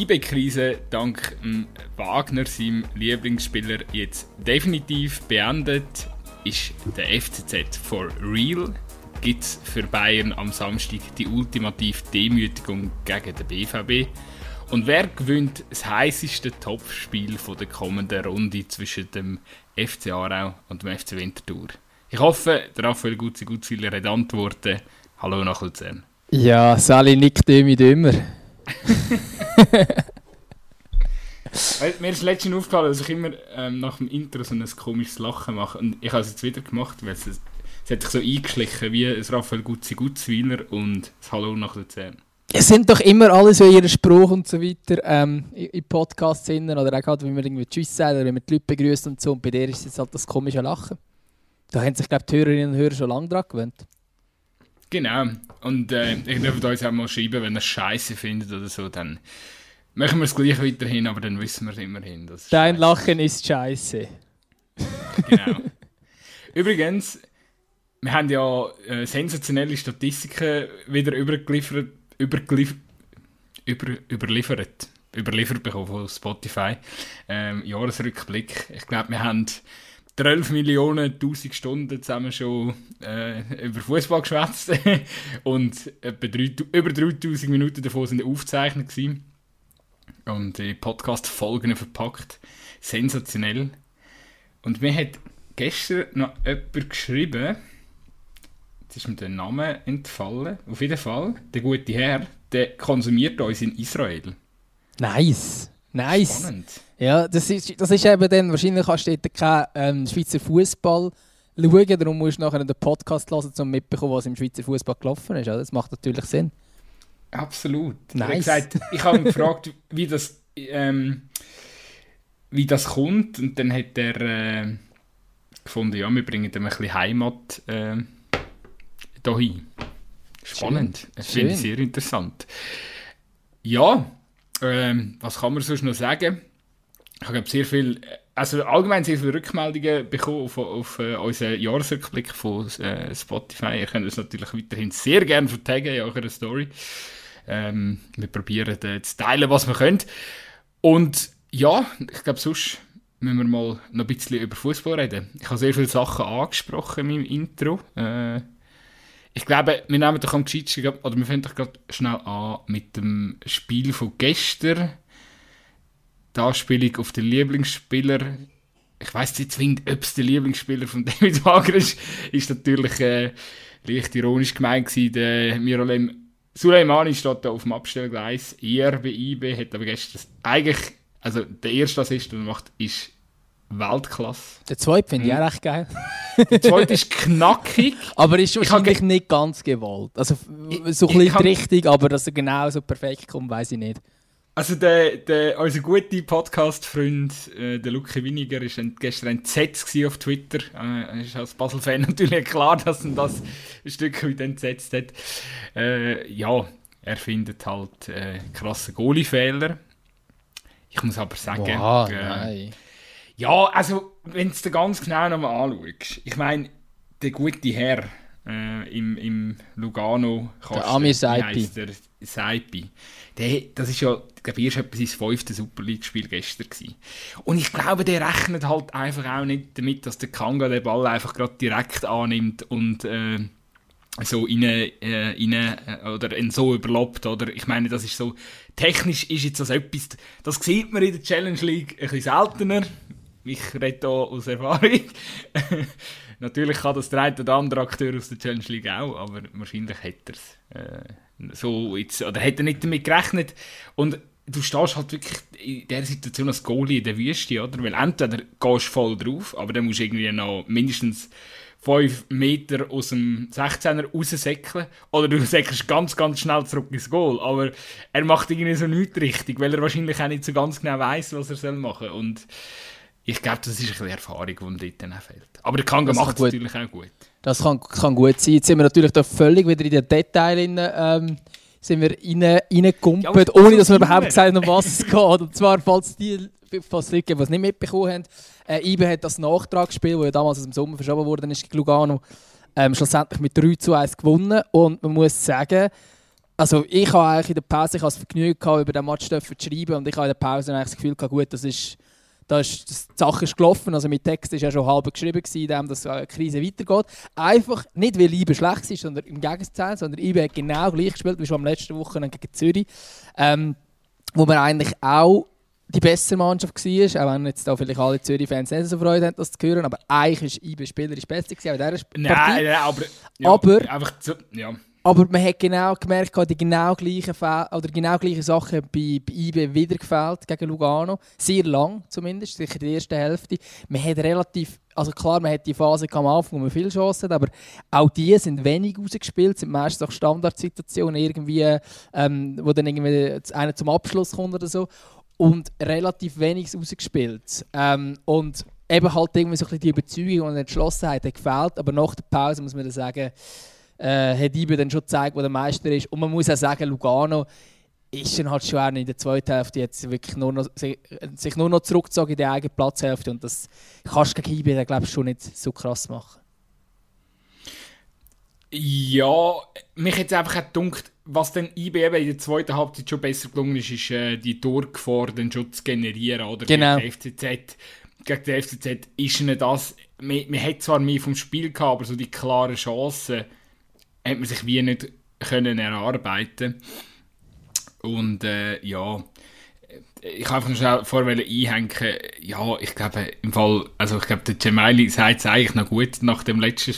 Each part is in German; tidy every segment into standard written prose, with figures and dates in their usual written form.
IB-Krise dank Wagner, seinem Lieblingsspieler, jetzt definitiv beendet. Ist der FCZ for real? Gibt es für Bayern am Samstag die ultimative Demütigung gegen den BVB? Und wer gewinnt das heisseste Topfspiel der kommenden Runde zwischen dem FC Aarau und dem FC Winterthur? Ich hoffe, der Raphael Guzzi-Gutzwiller hat Antworten. Hallo nach Luzern. Ja, Sally nickt immer. Mir ist letztens aufgefallen, dass ich immer nach dem Intro so ein komisches Lachen mache. Und ich habe es jetzt wieder gemacht, weil es hat sich so eingeschlichen wie das Raphael Guzzi-Gutzwiller und das Hallo nach Luzern. Es sind doch immer alle so ihren Spruch und so weiter in Podcasts oder auch gerade, wenn wir irgendwie Tschüss sagen oder wenn wir die Leute begrüßen und so. Und bei dir ist jetzt halt das komische Lachen. Da haben sich, glaube ich, die Hörerinnen und Hörer schon lange dran gewöhnt. Genau. Und ihr dürft uns auch mal schreiben, wenn ihr es scheisse findet oder so, dann machen wir es gleich weiterhin, aber dann wissen wir es immerhin. Dein Lachen ist scheiße. Genau. Übrigens, wir haben ja sensationelle Statistiken wieder überliefert bekommen von Spotify. Jahresrückblick. Ich glaube, wir haben 12 Millionen 1000 Stunden zusammen schon über Fußball geschwätzt und über 3000 Minuten davon sind aufgezeichnet gewesen. Und die Podcast-Folgen verpackt. Sensationell. Und mir hat gestern noch jemand geschrieben, jetzt ist mir der Name entfallen, auf jeden Fall, der gute Herr, der konsumiert uns in Israel. Nice. Spannend. Ja, das ist eben dann, wahrscheinlich kannst du dort keinen Schweizer Fußball schauen, darum musst du nachher den Podcast hören, um mitbekommen, was im Schweizer Fußball gelaufen ist. Das macht natürlich Sinn. Absolut. Nice. Ich habe ihn gefragt, wie das kommt, und dann hat er gefunden, ja, wir bringen ihm ein bisschen Heimat dahin. Spannend. Das finde ich sehr interessant. Ja, was kann man sonst noch sagen? Ich habe sehr viel, also allgemein sehr viele Rückmeldungen bekommen auf unseren Jahresrückblick von Spotify. Ihr könnt uns natürlich weiterhin sehr gerne vertaggen in eurer Story. Wir probieren zu teilen, was wir können. Und ja, ich glaube, sonst müssen wir mal noch ein bisschen über Fußball reden. Ich habe sehr viele Sachen angesprochen in meinem Intro. Ich glaube, wir nehmen doch am gescheitsten, oder wir fangen doch gerade schnell an mit dem Spiel von gestern. Die Anspielung auf den Lieblingsspieler. Ich weiss nicht zwingend, ob es der Lieblingsspieler von David Wagner ist natürlich leicht ironisch gemeint gewesen. Der Miralem Suleimani steht da auf dem Abstellgleis. Er bei IB hat aber gestern eigentlich, also der erste Assist, den er macht, ist Weltklasse. Der zweite finde ich auch recht geil. Der zweite ist knackig. Aber ist wahrscheinlich nicht ganz gewollt. Also so ein bisschen richtig, aber dass er genau so perfekt kommt, weiss ich nicht. Also unser guter Podcast-Freund, der Luki Winiger, war gestern entsetzt auf Twitter. Ist als Basel-Fan natürlich klar, dass ihn das ein Stück weit entsetzt hat. Ja, er findet halt krasse Goalie-Fehler. Ich muss aber sagen... Wow, nein. Ja, also, wenn du es ganz genau nochmal anschaust, ich meine, der gute Herr im Lugano, der Amir Saipi. Der Saipi. Das ist ja, ich glaube, erst etwa sein 5. Super League-Spiel gestern gewesen. Und ich glaube, der rechnet halt einfach auch nicht damit, dass der Kanga den Ball einfach gerade direkt annimmt und so oder ihn so überlappt. Oder ich meine, das ist so, technisch ist jetzt das etwas, das sieht man in der Challenge League ein bisschen seltener. Ich rede hier aus Erfahrung. Natürlich kann das der eine oder andere Akteur aus der Challenge League auch, aber wahrscheinlich hätte er es so jetzt, oder hätte er nicht damit gerechnet. Und du stehst halt wirklich in dieser Situation als Goalie in der Wüste, oder? Weil entweder gehst du voll drauf, aber dann musst du irgendwie noch mindestens 5 Meter aus dem 16er raussäckeln, oder du säckelst ganz, ganz schnell zurück ins Goal. Aber er macht irgendwie so nichts richtig, weil er wahrscheinlich auch nicht so ganz genau weiss, was er machen soll. Und ich glaube, das ist ein bisschen Erfahrung, die ihm dort dann auch fehlt. Aber der Kanga macht es natürlich auch gut. Das kann gut sein. Jetzt sind wir natürlich da völlig wieder in den Details reingekumpelt, ohne dass wir überhaupt gesagt haben, um was es geht. Und zwar, falls Leute, die es nicht mitbekommen haben, IBE hat das Nachtragsspiel, das ja damals aus dem Sommer verschoben wurde, ist gegen Lugano, schlussendlich mit 3:1 gewonnen. Und man muss sagen, Also ich habe eigentlich in der Pause das Vergnügen gehabt, über den Match zu schreiben und ich habe in der Pause eigentlich das Gefühl gehabt, gut, die Sache ist gelaufen, also mit Text war ja schon halb geschrieben gewesen, dass die Krise weitergeht. Einfach nicht, weil IBE schlecht ist, sondern im Gegenteil, sondern IBE hat genau gleich gespielt wie schon am letzten Wochenende gegen Zürich, wo man eigentlich auch die bessere Mannschaft war, auch wenn jetzt da vielleicht alle Zürich-Fans nicht so Freude haben, das zu hören, aber eigentlich war IBE spielerisch besser gewesen, in dieser Partie. Nein, Aber man hat genau gemerkt, die genau gleichen Sachen bei IBE wieder gefällt gegen Lugano. Sehr lang zumindest, sicher die erste Hälfte. Man hat man hat die Phase am Anfang, wo man viele Chancen hat, aber auch die sind wenig rausgespielt, sind meistens auch Standardsituationen, irgendwie, wo dann irgendwie einer zum Abschluss kommt oder so. Und relativ wenig rausgespielt. Und eben halt irgendwie so ein bisschen die Überzeugung und Entschlossenheit hat gefehlt, aber nach der Pause muss man dann sagen, hat IBE dann schon gezeigt, wo der Meister ist. Und man muss auch sagen, Lugano ist dann halt schon in der zweiten Hälfte jetzt wirklich sich nur noch zurückgezogen in die eigene Platzhälfte. Und das kannst du gegen IBE dann, glaube ich, schon nicht so krass machen. Ja, mich hat es einfach auch gedacht, was dann IBE in der zweiten Halbzeit schon besser gelungen ist die Torgefahr dann schon zu generieren. Oder genau. Gegen die FCZ ist nicht das. Man hat zwar mehr vom Spiel gehabt, aber so die klaren Chancen hat man sich wie nicht können erarbeiten. Und ich kann einfach noch schnell vorher einhängen, ja, ich glaube im Fall, also ich glaube der Cemaili sagt es eigentlich noch gut nach dem letzten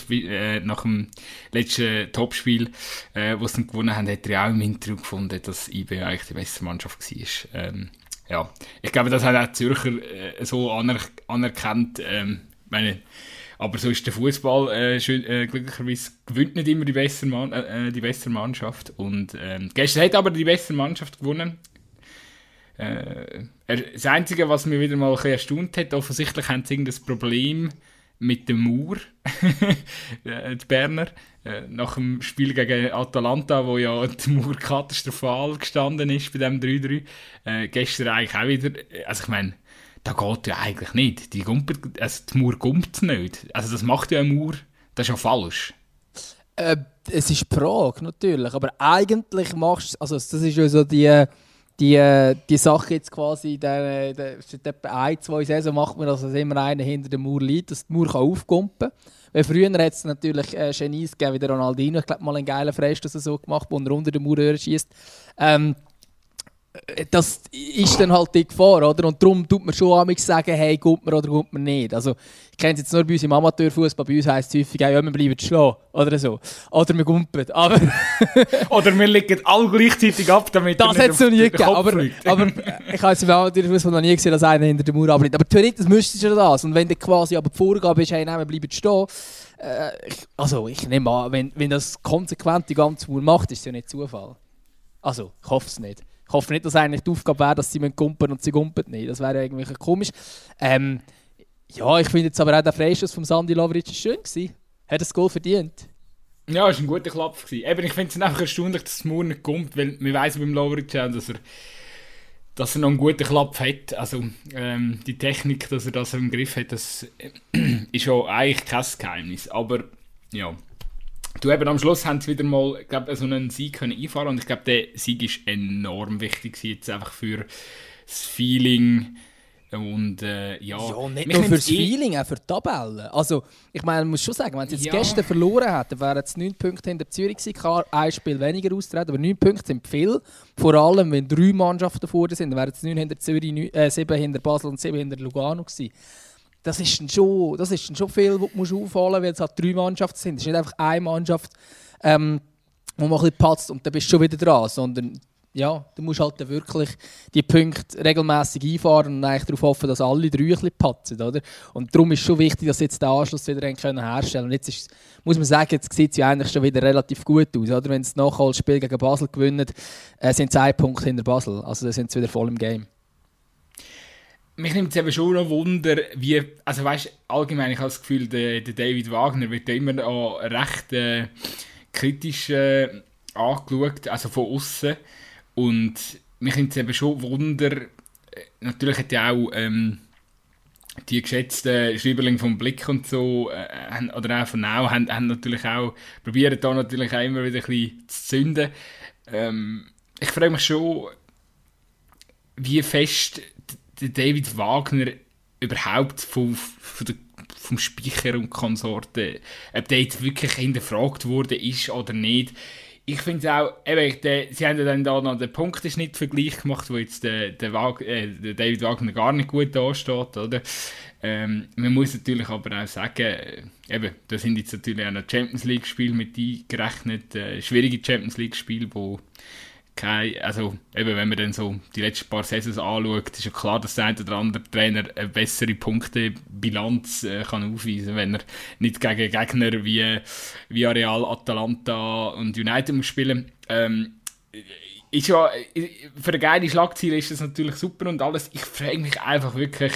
Topspiel, wo sie dann gewonnen haben, hat er auch im Interview gefunden, dass IBE eigentlich die bessere Mannschaft war. Ja, ich glaube, das hat auch die Zürcher so anerkannt. Aber so ist der Fußball glücklicherweise gewinnt nicht immer die bessere Mannschaft. Und gestern hat aber die bessere Mannschaft gewonnen. Das Einzige, was mich wieder mal ein bisschen erstaunt hat, offensichtlich haben sie irgendein Problem mit dem Mauer, die Berner, nach dem Spiel gegen Atalanta, wo ja die Mauer katastrophal gestanden ist bei dem 3-3. Gestern eigentlich auch wieder, also ich meine, da geht ja eigentlich nicht. Die Mauer gumpt nicht. Also das macht ja eine Mauer, das ist ja falsch. Es ist Prag, natürlich, aber eigentlich machst du, also das ist ja so die Sache jetzt quasi, seit etwa 1-2 Saison macht man, dass immer einer hinter der Mauer liegt, dass die Mauer aufkumpen kann. Weil früher hat es natürlich Genies gegeben, wie der Ronaldinho, ich glaube mal einen geilen Freistoß so gemacht, wo er unter der Mauer schießt. Das ist dann halt die Gefahr, oder? Und darum tut man schon einmal sagen, hey, kommt man oder kommt man nicht. Also, ich kenne es jetzt nur bei uns im Amateurfußball, bei uns heisst es häufig, ja, wir bleiben schlagen, oder so. Oder wir gumpen. Aber oder wir legen alle gleichzeitig ab, damit das hat es noch nie gegeben. Aber ich habe es im Amateurfußball noch nie gesehen, dass einer hinter der Mauer abliegt. Aber theoretisch müsstest du ja das. Und wenn du quasi aber die Vorgabe ist, hey, nein, wir bleiben stehen, ich nehme an, wenn das konsequent die ganze Mauer macht, ist es ja nicht Zufall. Also, ich hoffe es nicht. Ich hoffe nicht, dass eigentlich die Aufgabe wäre, dass sie kumpen und sie kumpen nicht. Das wäre irgendwie komisch. Ja, ich finde jetzt aber auch der Freistoß von Sandy Lovric schön gewesen. Hat das Goal verdient? Ja, es war ein guter Klapp. Eben, ich finde es einfach erstaunlich, dass es Mauer nicht kommt, weil wir wissen beim Lovric, dass er noch einen guten Klapp hat. Also die Technik, dass er das im Griff hat, das ist ja eigentlich kein Geheimnis. Aber ja. Du, eben am Schluss haben sie wieder mal, glaub, so einen Sieg können einfahren und ich glaube, der Sieg ist enorm wichtig jetzt einfach für das Feeling und ja, nicht nur für das Feeling, auch für die Tabelle. Also, ich meine, man muss schon sagen, wenn sie jetzt gestern verloren hätten, wären es 9 Punkte hinter Zürich gewesen, klar, ein Spiel weniger austreten, aber 9 Punkte sind viel. Vor allem, wenn 3 Mannschaften vor sind, dann wären es 9 hinter Zürich, 7 hinter Basel und 7 hinter Lugano gewesen. Das ist dann schon viel, was du aufholen musst, weil es halt 3 Mannschaften sind. Es ist nicht einfach eine Mannschaft, wo man ein bisschen patzt und dann bist du schon wieder dran. Sondern ja, du musst halt wirklich die Punkte regelmässig einfahren und eigentlich darauf hoffen, dass alle 3 ein bisschen patzen. Oder? Und darum ist es schon wichtig, dass sie jetzt den Anschluss wieder herstellen können. Und jetzt muss man sagen, jetzt sieht es ja eigentlich schon wieder relativ gut aus. Oder? Wenn sie das Nachholspiel gegen Basel gewinnen, sind es 1 Punkt hinter Basel. Also dann sind sie wieder voll im Game. Mich nimmt es eben schon noch Wunder, wie, also weißt, allgemein, ich habe das Gefühl, der David Wagner wird ja immer auch recht kritisch angeschaut, also von außen. Und mich nimmt es eben schon Wunder, natürlich hat ja auch die geschätzten Schreiberlinge vom Blick und so, oder auch von Now, haben natürlich auch, probieren da natürlich auch immer wieder ein bisschen zu zünden. Ich frage mich schon, wie fest der David Wagner überhaupt vom Speicher und Konsorten, ob der jetzt wirklich hinterfragt worden ist oder nicht. Ich finde es auch, sie haben ja dann da noch den Punkteschnittvergleich gemacht, wo jetzt der David Wagner gar nicht gut dasteht, oder? Man muss natürlich aber auch sagen, da sind jetzt natürlich auch noch Champions League-Spiele mit eingerechnet, schwierige Champions League-Spiele, wo wenn man dann so die letzten paar Saisons anschaut, ist ja klar, dass der eine oder andere Trainer eine bessere Punktebilanz kann aufweisen kann, wenn er nicht gegen Gegner wie Real, Atalanta und United muss spielen. Ist ja, für eine geile Schlagziele ist das natürlich super und alles. Ich frage mich einfach wirklich,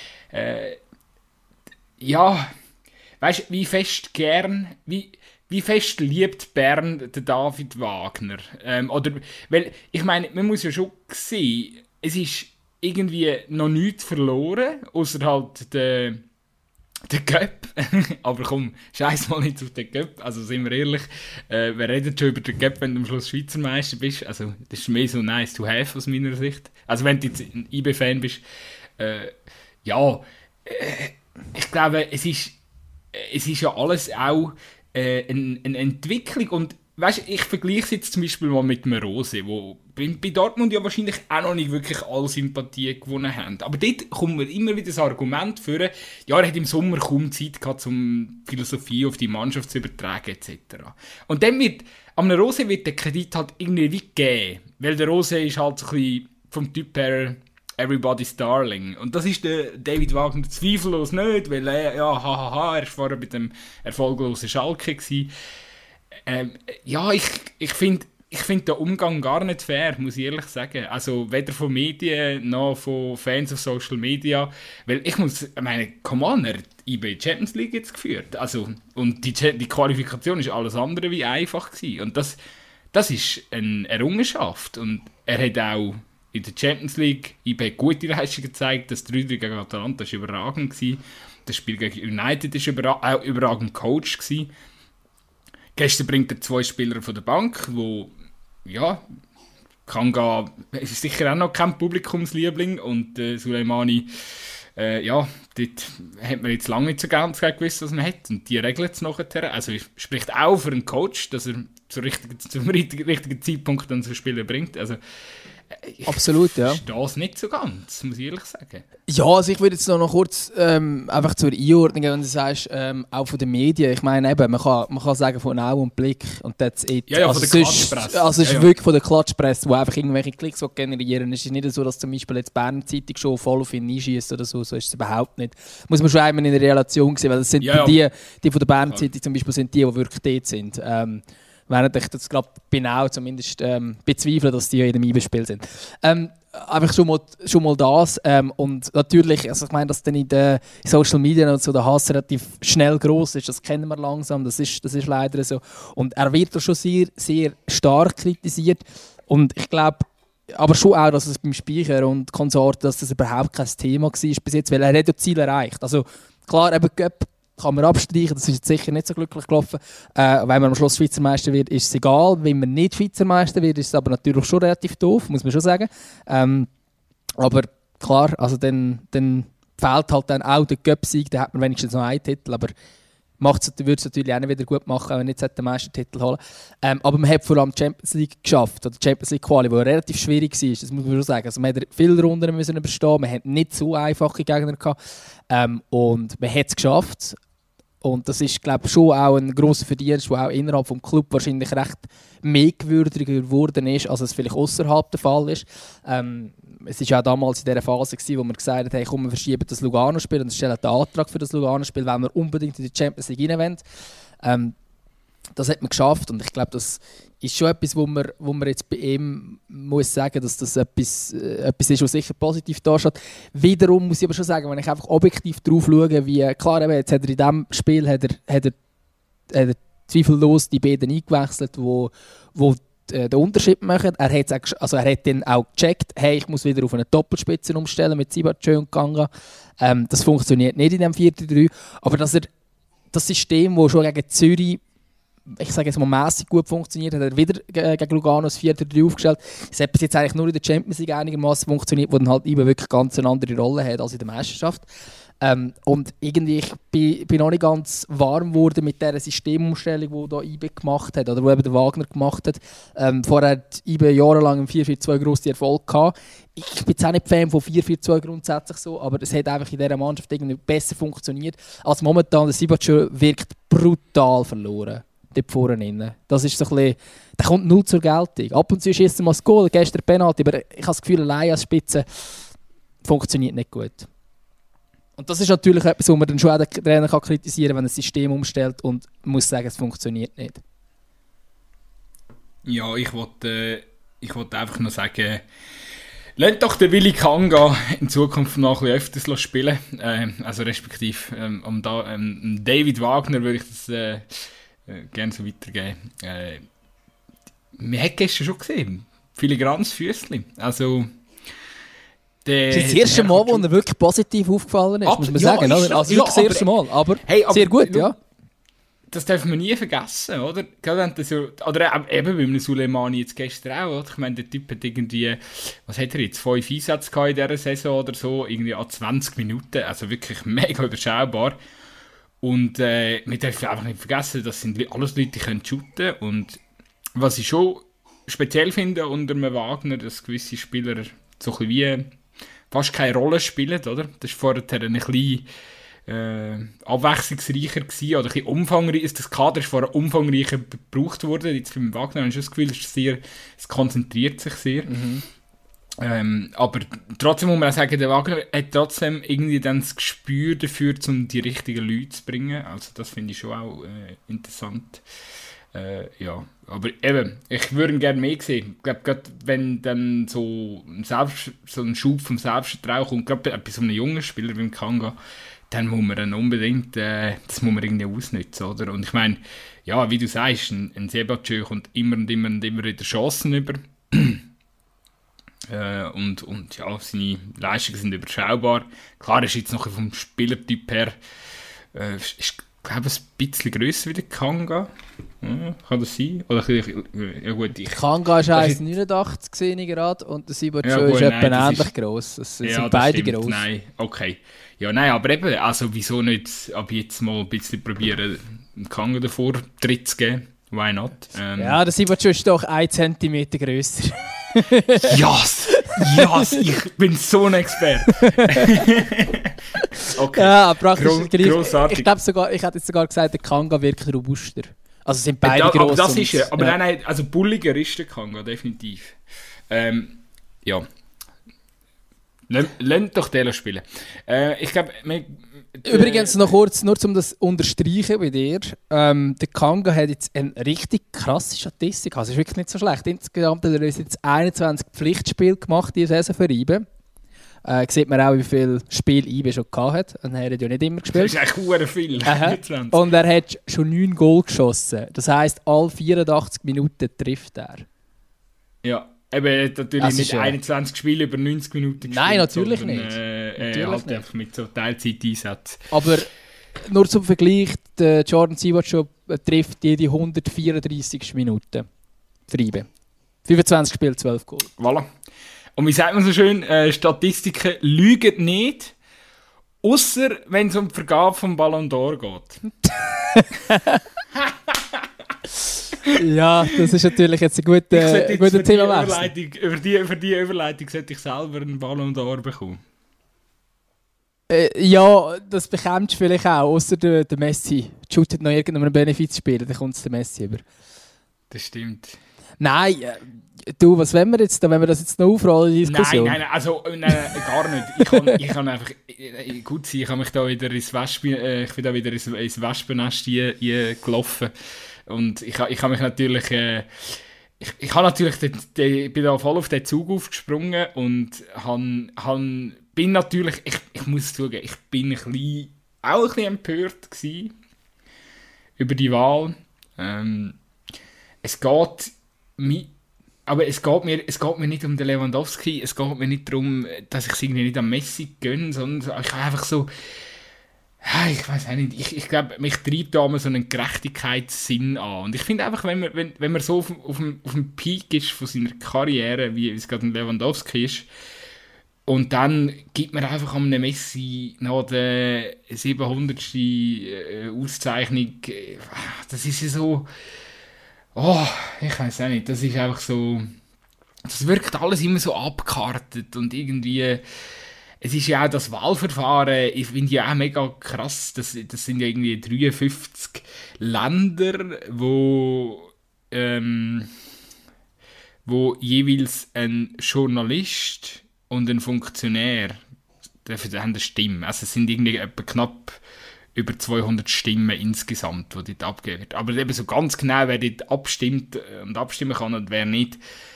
weißt du, wie fest liebt Bern den David Wagner? Weil, ich meine, man muss ja schon sehen, es ist irgendwie noch nichts verloren, außer halt der Cup. Aber komm, scheiß mal nicht auf den Cup. Also sind wir ehrlich, wer redet schon über den Cup, wenn du am Schluss Schweizer Meister bist? Also das ist mehr so nice to have aus meiner Sicht. Also wenn du jetzt ein IB-Fan bist, ich glaube, es ist ja alles auch eine Entwicklung und weißt, ich vergleiche es jetzt zum Beispiel mal mit dem Rose, wo bei Dortmund ja wahrscheinlich auch noch nicht wirklich alle Sympathie gewonnen haben. Aber dort kommt mir immer wieder das Argument vor, ja, er hat im Sommer kaum Zeit gehabt, um Philosophie auf die Mannschaft zu übertragen etc. Und dann am Rose wird der Kredit halt irgendwie wie gegeben, weil der Rose ist halt so ein bisschen vom Typ her Everybody's Darling. Und das ist der David Wagner zweifellos nicht, weil er war vorher bei dem erfolglosen Schalke gewesen. Ich finde den Umgang gar nicht fair, muss ich ehrlich sagen. Also weder von Medien noch von Fans auf Social Media. Weil ich meine, come on, er hat IB Champions League jetzt geführt. Also, und die Qualifikation ist alles andere wie einfach gewesen. Und das ist eine Errungenschaft. Und er hat auch in der Champions League IB gute Leistungen gezeigt. Das 3-3 gegen Atalanta war überragend gewesen. Das Spiel gegen United war auch überragend Coach gewesen. Gestern bringt er 2 Spieler von der Bank, wo Kanga ist sicher auch noch kein Publikumsliebling und Suleimani, dort hat man jetzt lange nicht so ganz gewusst, was man hat und die regelt es nachher. Also spricht auch für einen Coach, dass er zum richtigen Zeitpunkt dann so Spieler bringt. Also absolut, ja. Ich verstehe es nicht so ganz, muss ich ehrlich sagen. Ja, also ich würde jetzt noch kurz einfach zur Einordnung, wenn du sagst, auch von den Medien. Ich meine eben, man kann sagen von Au und Blick und that's it. Ja, also von der Klatschpresse. Also es ist wirklich von der Klatschpresse, die einfach irgendwelche Klicks generieren. Es ist nicht so, dass zum Beispiel jetzt Berner Zeitung schon voll auf ihn einschießt oder so. So ist es überhaupt nicht. Muss man schon einmal in der Relation sehen, weil das sind die von der Berner Zeitung zum Beispiel sind die wirklich dort sind. Während ich das gerade genau zumindest bezweifle, dass die in dem IB-Spiel sind. Einfach schon mal das. Und natürlich, also ich meine, dass dann in den Social Media und so der Hass relativ schnell gross ist, das kennen wir langsam, das ist leider so. Und er wird schon sehr, sehr stark kritisiert. Und ich glaube, aber schon auch, dass es beim Speicher und Konsorten, dass das überhaupt kein Thema war bis jetzt, weil er hat ja Ziel erreicht. Also klar, eben Göpp kann man abstreichen, das ist jetzt sicher nicht so glücklich gelaufen. Wenn man am Schluss Schweizer Meister wird, ist es egal. Wenn man nicht Schweizer Meister wird, ist es aber natürlich schon relativ doof, muss man schon sagen. Aber klar, also dann fehlt halt dann auch der Cup-Sieg, dann hat man wenigstens noch einen Titel, aber würde es natürlich auch nicht wieder gut machen, wenn man nicht den Meistertitel holen sollte. Aber man hat vor allem die Champions League geschafft, oder die Champions League Quali, die relativ schwierig war, das muss man schon sagen. Also man hat viele Runden müssen überstehen, man hat nicht so einfache Gegner gehabt, und man hat es geschafft. Und das ist, glaube ich, schon auch ein grosser Verdienst, der auch innerhalb des Clubs wahrscheinlich recht mehr gewürdiger geworden ist, als es vielleicht außerhalb der Fall ist. Es war auch damals in dieser Phase, wo wir gesagt haben, hey, komm, wir verschieben das Lugano-Spiel und stellen den Antrag für das Lugano-Spiel, weil wir unbedingt in die Champions League rein wollen. Das hat man geschafft und ich glaube, das ist schon etwas, wo man jetzt bei ihm muss sagen, dass das etwas ist, was sicher positiv dasteht. Wiederum muss ich aber schon sagen, wenn ich einfach objektiv drauf schaue, wie klar, jetzt hat er in diesem Spiel hat er zweifellos die beiden eingewechselt, wo den Unterschied machen. Er hat dann auch gecheckt, hey, ich muss wieder auf eine Doppelspitze umstellen mit Sibachö und Kanga. Das funktioniert nicht in dem 4-3, aber dass er das System, das schon gegen Zürich ich sage jetzt mal, mässig gut funktioniert, hat er wieder gegen Lugano das 4-3 aufgestellt. Es hat bis jetzt eigentlich nur in der Champions League einigermaßen funktioniert, wo dann halt IBE wirklich ganz eine andere Rolle hat als in der Meisterschaft. Und irgendwie, ich bin noch nicht ganz warm geworden mit dieser Systemumstellung, die da IBE gemacht hat, oder die eben der Wagner gemacht hat. Vorher hat IBE jahrelang im 4-4-2 grossen Erfolg gehabt. Ich bin jetzt auch nicht Fan von 4-4-2 grundsätzlich so, aber es hat einfach in dieser Mannschaft irgendwie besser funktioniert als momentan. Der Sibacho wirkt brutal verloren. Dort vorne. Das ist so ein bisschen, der kommt null zur Geltung. Ab und zu schießt er mal das Goal, gestern Penalty, aber ich habe das Gefühl, allein als Spitze funktioniert nicht gut. Und das ist natürlich etwas, wo man dann schon auch den Trainer kritisieren kann, wenn er das System umstellt und muss sagen, es funktioniert nicht. Ja, ich wollte einfach nur sagen, lasst doch den Willi Kanga in Zukunft noch ein bisschen öfters spielen. Also respektive David Wagner würde ich das gerne so weitergeben. Man hat gestern schon gesehen, filigranes Füßchen. Also das ist das erste Mal, wo er wirklich positiv aufgefallen ist, muss man sagen. Oder? Also wirklich das erste Mal, aber sehr gut, ja. Das darf man nie vergessen, oder? Gerade wenn das so, oder eben bei einem Suleimani jetzt gestern auch, oder? Ich meine, der Typ hat irgendwie, was hat er jetzt, 5 Einsätze gehabt in dieser Saison oder so, irgendwie an 20 Minuten, also wirklich mega überschaubar. Und man darf einfach nicht vergessen, das sind alles Leute, die können shooten. Und was ich schon speziell finde unter einem Wagner, dass gewisse Spieler so ein bisschen wie fast keine Rolle spielen, oder? Das war vorher ein bisschen abwechslungsreicher gewesen, oder ein bisschen umfangreicher. Das Kader ist vorher umfangreicher gebraucht worden. Jetzt beim Wagner habe ich das Gefühl, es konzentriert sich sehr. Aber trotzdem muss man auch sagen, der Wagner hat trotzdem irgendwie dann das Gespür dafür, um die richtigen Leute zu bringen. Also das finde ich schon auch interessant. Ja, aber eben, ich würde ihn gerne mehr sehen. Ich glaube, gerade wenn dann so ein Schub vom Selbstvertrauen kommt, gerade bei so einem jungen Spieler wie Kanga, dann muss man dann unbedingt, das muss man irgendwie ausnutzen, oder? Und ich meine, ja, wie du sagst, ein Sebastian kommt immer und immer und immer wieder Chancen über. Und ja, seine Leistungen sind überschaubar. Klar, ist jetzt noch vom Spielertyp her, ich glaube, ein bisschen grösser wie der Kanga. Kann das sein? Oder ja gut, Kanga ist 1,89 gesehen gerade und der Sibacho ist etwa ähnlich gross. Das sind beide gross. Nein, okay. Ja, nein, aber eben, also wieso nicht ab jetzt mal ein bisschen probieren, einen Kanga davor Tritt zu geben? Why not? Ja, der Sibacho ist doch 1 cm grösser. Yes, ich bin so ein Experte. Okay. Ja, praktisch grossartig. Ich glaube sogar, ich hätte jetzt sogar gesagt, der Kanga wirkt robuster. Also sind beide gross. Aber das ist er. Aber nein, also bulliger ist der Kanga, definitiv. Ja. Lasst doch den spielen. Ich glaube... Übrigens noch kurz, nur um das unterstreichen bei dir. Der Kanga hat jetzt eine richtig krasse Statistik. Also ist wirklich nicht so schlecht. Insgesamt hat er jetzt 21 Pflichtspiele gemacht, diese Saison für IBE. Sieht man auch, wie viele Spiele IBE schon gehabt hat. Und er hat ja nicht immer gespielt. Das ist eigentlich sehr viel. Und er hat schon 9 Goal geschossen. Das heisst, alle 84 Minuten trifft er. Ja. Eben natürlich nicht 21 Spiele über 90 Minuten gespielt. Nein, natürlich sondern, nicht. Natürlich halt nicht. Einfach mit so Teilzeiteinsätzen. Aber nur zum Vergleich, der Jordan Sibacho trifft jede 134 Minuten für IBE. 25 Spiele, 12 Goal. Voilà. Und wie sagt man so schön, Statistiken lügen nicht, außer wenn es um die Vergabe vom Ballon d'Or geht. Ja, das ist natürlich jetzt ein guter Themawechsel. Für die Überleitung sollte ich selber einen Ballon d'Or bekommen. Ja, das bekommst du vielleicht auch, außer der Messi shootet noch irgendeinen Benefizspieler, dann kommt es der Messi über. Das stimmt. Nein, du, was wollen wir jetzt da, wenn wir das jetzt noch aufrollen, die Diskussion? Nein, gar nicht. Ich kann einfach gut sein, ich habe mich da wieder ins Wespennest gelaufen. Und ich habe mich natürlich, bin da voll auf den Zug aufgesprungen und bin natürlich, ich muss zugeben, ich bin auch ein bisschen empört gewesen über die Wahl. Es geht mir nicht um den Lewandowski, es geht mir nicht darum, dass ich es irgendwie nicht am Messi gönne, sondern ich habe einfach so... Ja, ich weiß auch nicht. Ich glaube, mich treibt da immer so einen Gerechtigkeitssinn an. Und ich finde einfach, wenn man so auf dem Peak ist von seiner Karriere, wie es gerade ein Lewandowski ist, und dann gibt man einfach am Messi noch die 700. Auszeichnung. Das ist ja so. Oh, ich weiß auch nicht. Das ist einfach so. Das wirkt alles immer so abgekartet und irgendwie. Es ist ja auch das Wahlverfahren, ich finde ja auch mega krass. Das sind ja irgendwie 53 Länder, wo jeweils ein Journalist und ein Funktionär dafür haben eine Stimme. Also es sind irgendwie etwa knapp über 200 Stimmen insgesamt, die dort abgegeben werden. Aber eben so ganz genau, wer dort abstimmt und abstimmen kann und wer nicht,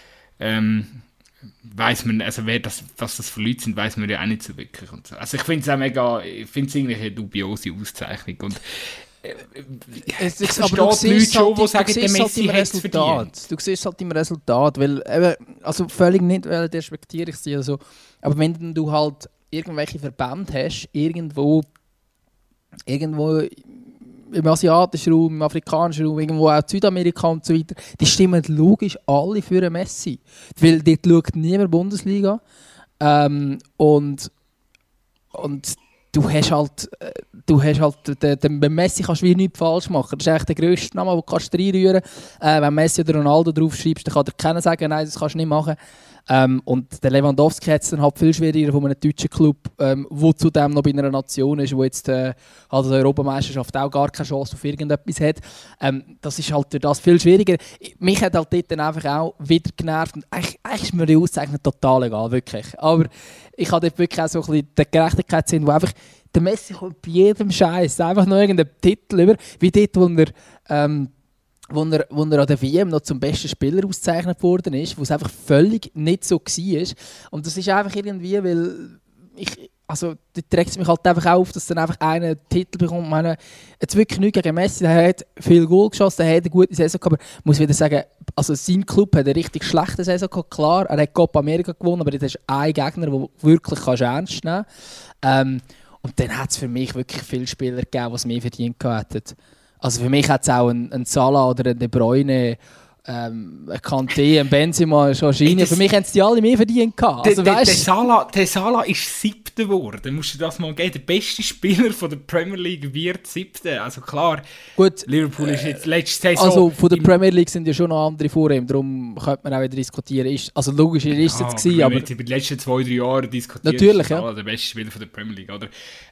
weiß man, also was das für Leute sind, weiß man ja auch nicht so wirklich. Und so. Also ich finde es auch mega, ich finde es eigentlich eine dubiose Auszeichnung. Und ich aber verstehe die Leute schon, die sagen, der Messi hat es verdient. Du siehst halt im Resultat, weil eben, also völlig nicht, weil respektiere ich sie also, aber wenn du halt irgendwelche Verbände hast, irgendwo im asiatischen Raum, im afrikanischen Raum, irgendwo auch in Südamerika und so weiter, die stimmen logisch alle für einen Messi. Weil dort schaut niemand Bundesliga. Und du hast halt den Messi kannst du wie nichts falsch machen. Das ist eigentlich der grösste Name, den du reinrühren kannst. Wenn Messi oder Ronaldo draufschreibst, dann kann dir keiner sagen, nein, das kannst du nicht machen. Und der Lewandowski hat es dann halt viel schwieriger von einem deutschen Club, der zudem noch bei einer Nation ist, wo jetzt halt die Europameisterschaft auch gar keine Chance auf irgendetwas hat. Das ist halt durch das viel schwieriger. Mich hat halt dort dann einfach auch wieder genervt. Und eigentlich ist mir die Auszeichnung total egal, wirklich. Aber ich habe dort wirklich auch so ein bisschen den Gerechtigkeitssinn, wo einfach der Messi kommt bei jedem Scheiß einfach noch irgendeinen Titel über, wie dort, wo er an der WM noch zum besten Spieler ausgezeichnet worden ist, wo es einfach völlig nicht so war. Und das ist einfach irgendwie, weil da trägt es mich halt einfach auf, dass dann einfach einer einen Titel bekommt. Ich meine, jetzt wirklich nichts gegen Messi, der hat viel Goal geschossen, der hat eine gute Saison gehabt, aber ich muss wieder sagen, also sein Club hat eine richtig schlechte Saison gehabt, klar, er hat Copa America gewonnen, aber das ist ein Gegner, den du wirklich ernst nehmen kannst. Und dann hat es für mich wirklich viele Spieler gegeben, die es mehr verdient hätten. Also für mich hat es auch ein Salah oder ein De Bruyne, ein Kanté, ein Benzema, ein Jorginho. Für mich haben es die alle mehr verdient gehabt. Also, der Salah ist 7. geworden. Musst du das mal geben. Der beste Spieler von der Premier League wird 7. Also klar, gut, Liverpool ist jetzt letzte Saison... Also von der Premier League sind ja schon noch andere vor ihm. Darum könnte man auch wieder diskutieren. Also logisch ist es jetzt gewesen, aber... Über die letzten 2-3 Jahre diskutiert, natürlich, ist Salah der beste Spieler von der Premier League, oder?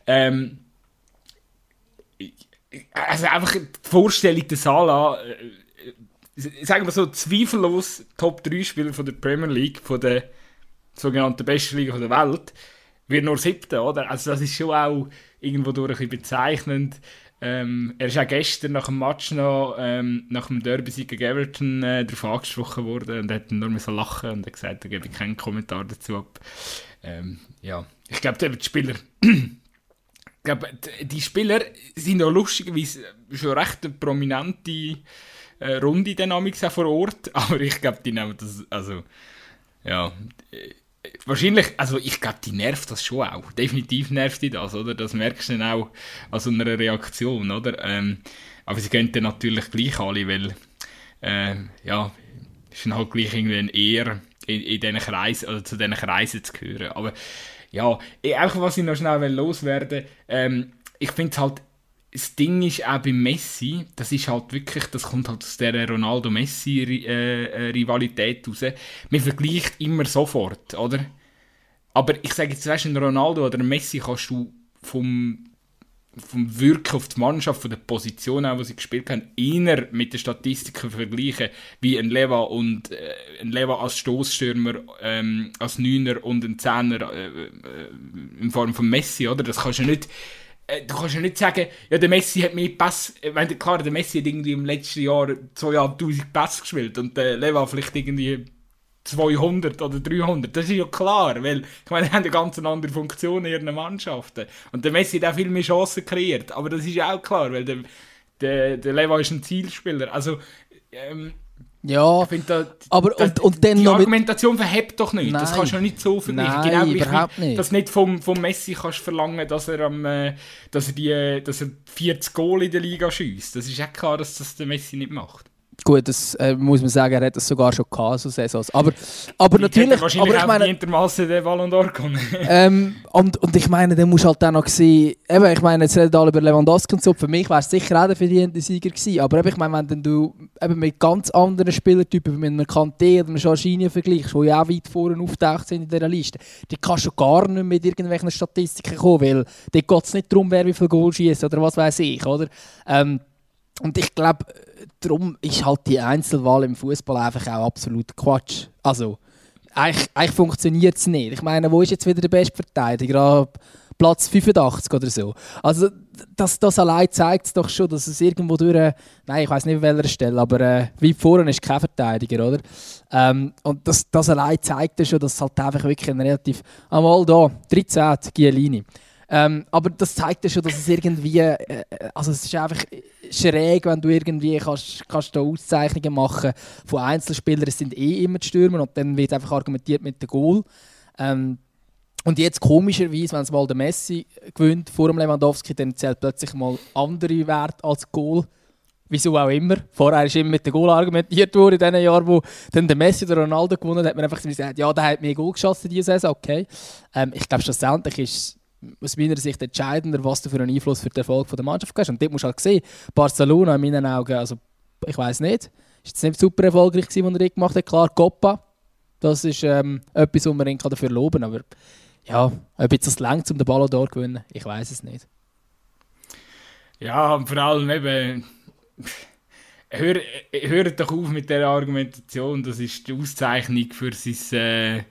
Also einfach die Vorstellung der Salah, sagen wir so, zweifellos Top 3 Spieler von der Premier League, von der sogenannten besten Liga der Welt, wird nur 7, oder? Also das ist schon auch irgendwo durch ein bisschen bezeichnend. Er ist auch gestern nach dem Match noch, nach dem Derby-Sieg gegen Everton darauf angesprochen worden und hat dann nur so lachen und hat gesagt, er gebe keinen Kommentar dazu ab. Ja, ich glaube, die Spieler... Ich glaube, die Spieler sind auch lustigerweise schon recht eine prominente Runde Dynamik vor Ort, aber ich glaube, die nehmen das, also, ja, wahrscheinlich, also ich glaube, die nervt das schon auch. Definitiv nervt die das, oder? Das merkst du dann auch an so einer Reaktion, oder? Aber sie gehen dann natürlich gleich alle, weil, ja, es ist dann halt gleich irgendwie ein Ehr in diesen Kreisen, oder zu diesen Kreisen zu gehören. Aber ja, einfach was ich noch schnell loswerden will, ich finde halt, das Ding ist auch bei Messi, das ist halt wirklich, das kommt halt aus dieser Ronaldo-Messi-Rivalität raus. Man vergleicht immer sofort, oder? Aber ich sage jetzt, weißt du, ein Ronaldo oder ein Messi kannst du vom Wirken auf die Mannschaft, von der Position auch, die sie gespielt haben, eher mit den Statistiken vergleichen, wie ein Leva und ein Leva als Stoßstürmer, als Neuner und ein Zehner in Form von Messi, oder? Das kannst du nicht... Du kannst ja nicht sagen, ja, der Messi hat mehr Pass. Klar, der Messi hat irgendwie im letzten Jahr 2'500 Pässe gespielt und der Leva vielleicht irgendwie 200 oder 300. Das ist ja klar, weil ich meine, die haben eine ganz andere Funktion in ihren Mannschaften. Und der Messi hat auch viel mehr Chancen kreiert. Aber das ist ja auch klar, weil der Leva ist ein Zielspieler. Also, Ja, ich finde, aber und dann die noch mit... Argumentation verhebt doch nicht. Nein. Das kannst du nicht so vergleichen. Nein, Genau gleich überhaupt wie, nicht. dass nicht vom Messi kannst verlangen, dass er 40 Goal in der Liga schießt. Das ist ja klar, dass das der Messi nicht macht. Gut, das muss man sagen, er hat das sogar schon gehabt, so Saisons. Aber natürlich... Wahrscheinlich aber ich meine, verdientermassen den Ballon d'Or gewonnen. und ich meine, dann musst du halt auch noch sehen, eben, ich meine, jetzt reden alle über Lewandowski und so, für mich wäre es sicher auch der verdiente Sieger gewesen, aber eben, ich meine, wenn du eben mit ganz anderen Spielertypen, mit einem Kanté oder einem Jorginho vergleichst, die ja auch weit vorne auftaucht sind in dieser Liste, die kannst du gar nicht mit irgendwelchen Statistiken kommen, weil dort geht es nicht darum, wer wie viel Goal schießt oder was weiß ich, oder? Und ich glaube, darum ist halt die Einzelwahl im Fußball einfach auch absolut Quatsch. Also, eigentlich funktioniert es nicht. Ich meine, wo ist jetzt wieder der beste Verteidiger? Platz 85 oder so. Also, das allein zeigt es doch schon, dass es irgendwo durch... Nein, ich weiß nicht, an welcher Stelle, aber weit vorne ist kein Verteidiger, oder? Und das allein zeigt ja schon, dass es halt einfach wirklich ein relativ... Einmal da, 13, Chiellini. Aber das zeigt ja schon, dass es irgendwie, also es ist einfach schräg, wenn du irgendwie kannst da Auszeichnungen machen von Einzelspielern, es sind immer die Stürmer und dann wird einfach argumentiert mit dem Goal. Und jetzt komischerweise, wenn es mal der Messi gewinnt vor dem Lewandowski, dann zählt plötzlich mal andere Werte als Goal. Wieso auch immer. Vorher ist immer mit dem Goal argumentiert worden, in den Jahren, wo dann der Messi oder Ronaldo gewonnen hat, hat man einfach gesagt, ja, der hat mehr Goal geschossen diese Saison, okay. Ich glaube, schlussendlich ist aus meiner Sicht entscheidender, was du für einen Einfluss für den Erfolg der Mannschaft hast. Und dort musst du halt sehen, Barcelona in meinen Augen, also ich weiss nicht, ist jetzt nicht super erfolgreich gewesen, was er gemacht hat. Klar, Copa, das ist etwas, was man ihn dafür loben kann. Aber ja, ob jetzt das längt, um den Ballon d'Or zu gewinnen, ich weiss es nicht. Ja, und vor allem eben, hört doch auf mit dieser Argumentation, das ist die Auszeichnung für sein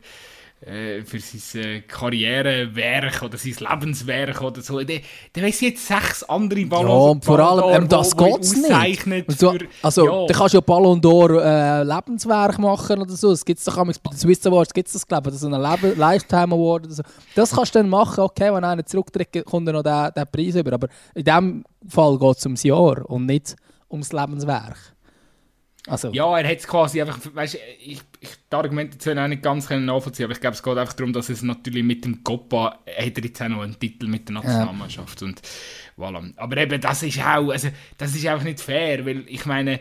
Karrierewerk oder sein Lebenswerk oder so. Der weiss jetzt 6 andere Ballon d'Or. Ja, und vor allem, das geht es nicht. So, also, ja. Da kannst du ja Ballon d'Or Lebenswerk machen oder so. Das gibt es doch bei den Swiss Awards, gibt es das, glaube ich, so einen Lifetime Award oder so. Das kannst du dann machen, okay, wenn einer zurücktritt, kommt er noch den Preis über. Aber in diesem Fall geht es ums Jahr und nicht ums Lebenswerk. Also. Ja, er hat es quasi einfach, weißt, ich die Argumentation auch nicht ganz nachvollziehen, aber ich glaube, es geht einfach darum, dass es natürlich mit dem Copa hat er jetzt auch noch einen Titel mit der Nationalmannschaft und voilà. Aber eben, das ist auch, also, das ist einfach nicht fair, weil ich meine,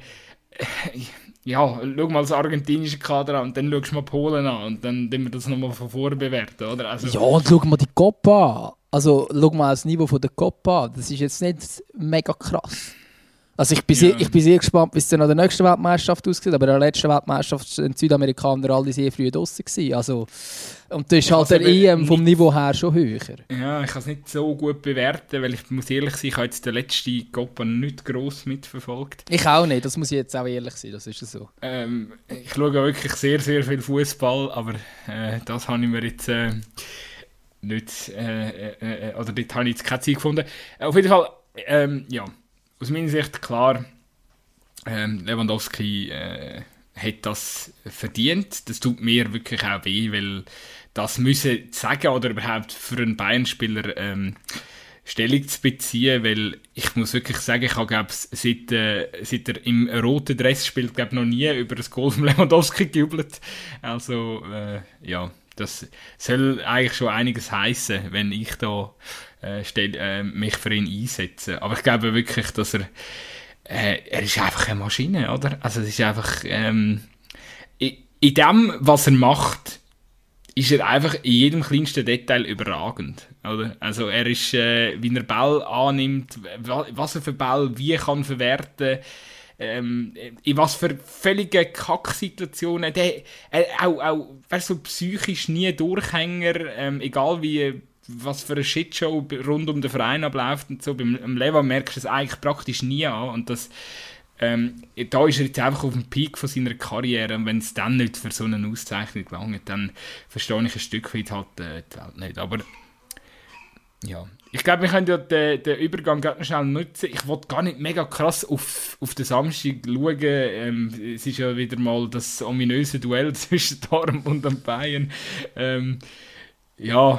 ja, schau mal das argentinische Kader an und dann schaust du mal Polen an und dann wir das nochmal von vorne bewerten, oder? Also, ja, und schau mal die Copa an. Also, schau mal das Niveau von der Copa an. Das ist jetzt nicht mega krass. Also ich bin sehr gespannt, wie es dann an der nächsten Weltmeisterschaft aussieht, aber in der letzten Weltmeisterschaft sind die Südamerikaner alle sehr früh draussen gewesen. Also, und das ist halt der EM vom Niveau her schon höher. Ja, ich kann es nicht so gut bewerten, weil ich muss ehrlich sein, ich habe jetzt den letzten Copa nicht gross mitverfolgt. Ich auch nicht, das muss ich jetzt auch ehrlich sein, das ist so. Ich schaue wirklich sehr, sehr viel Fußball, aber das habe ich mir jetzt nicht, oder dort habe ich jetzt keine Zeit gefunden. Auf jeden Fall, ja. Aus meiner Sicht klar, Lewandowski hat das verdient. Das tut mir wirklich auch weh, weil das müssen sagen oder überhaupt für einen Bayern-Spieler Stellung zu beziehen, weil ich muss wirklich sagen, ich habe glaube seit er im roten Dress spielt, glaube noch nie über das Goal von Lewandowski gejubelt. Also ja, das soll eigentlich schon einiges heißen, wenn ich da mich für ihn einsetze. Aber ich glaube wirklich, dass er ist einfach eine Maschine, oder? Also es ist einfach in dem, was er macht, ist er einfach in jedem kleinsten Detail überragend, oder? Also er ist, wie er Ball annimmt, was er für Ball wie kann verwerten, in was für völlige Kacksituationen, auch weißt, so psychisch nie Durchhänger, egal wie was für eine Shitshow rund um den Verein abläuft und so. Beim Lewa merkst du es eigentlich praktisch nie an und das, da ist er jetzt einfach auf dem Peak von seiner Karriere und wenn es dann nicht für so eine Auszeichnung langt, dann verstehe ich ein Stück weit halt die Welt nicht. Aber ja, ich glaube, wir können ja den Übergang gerade noch schnell nutzen. Ich wollte gar nicht mega krass auf den Samstag schauen. Es ist ja wieder mal das ominöse Duell zwischen Dortmund und Bayern. Ja,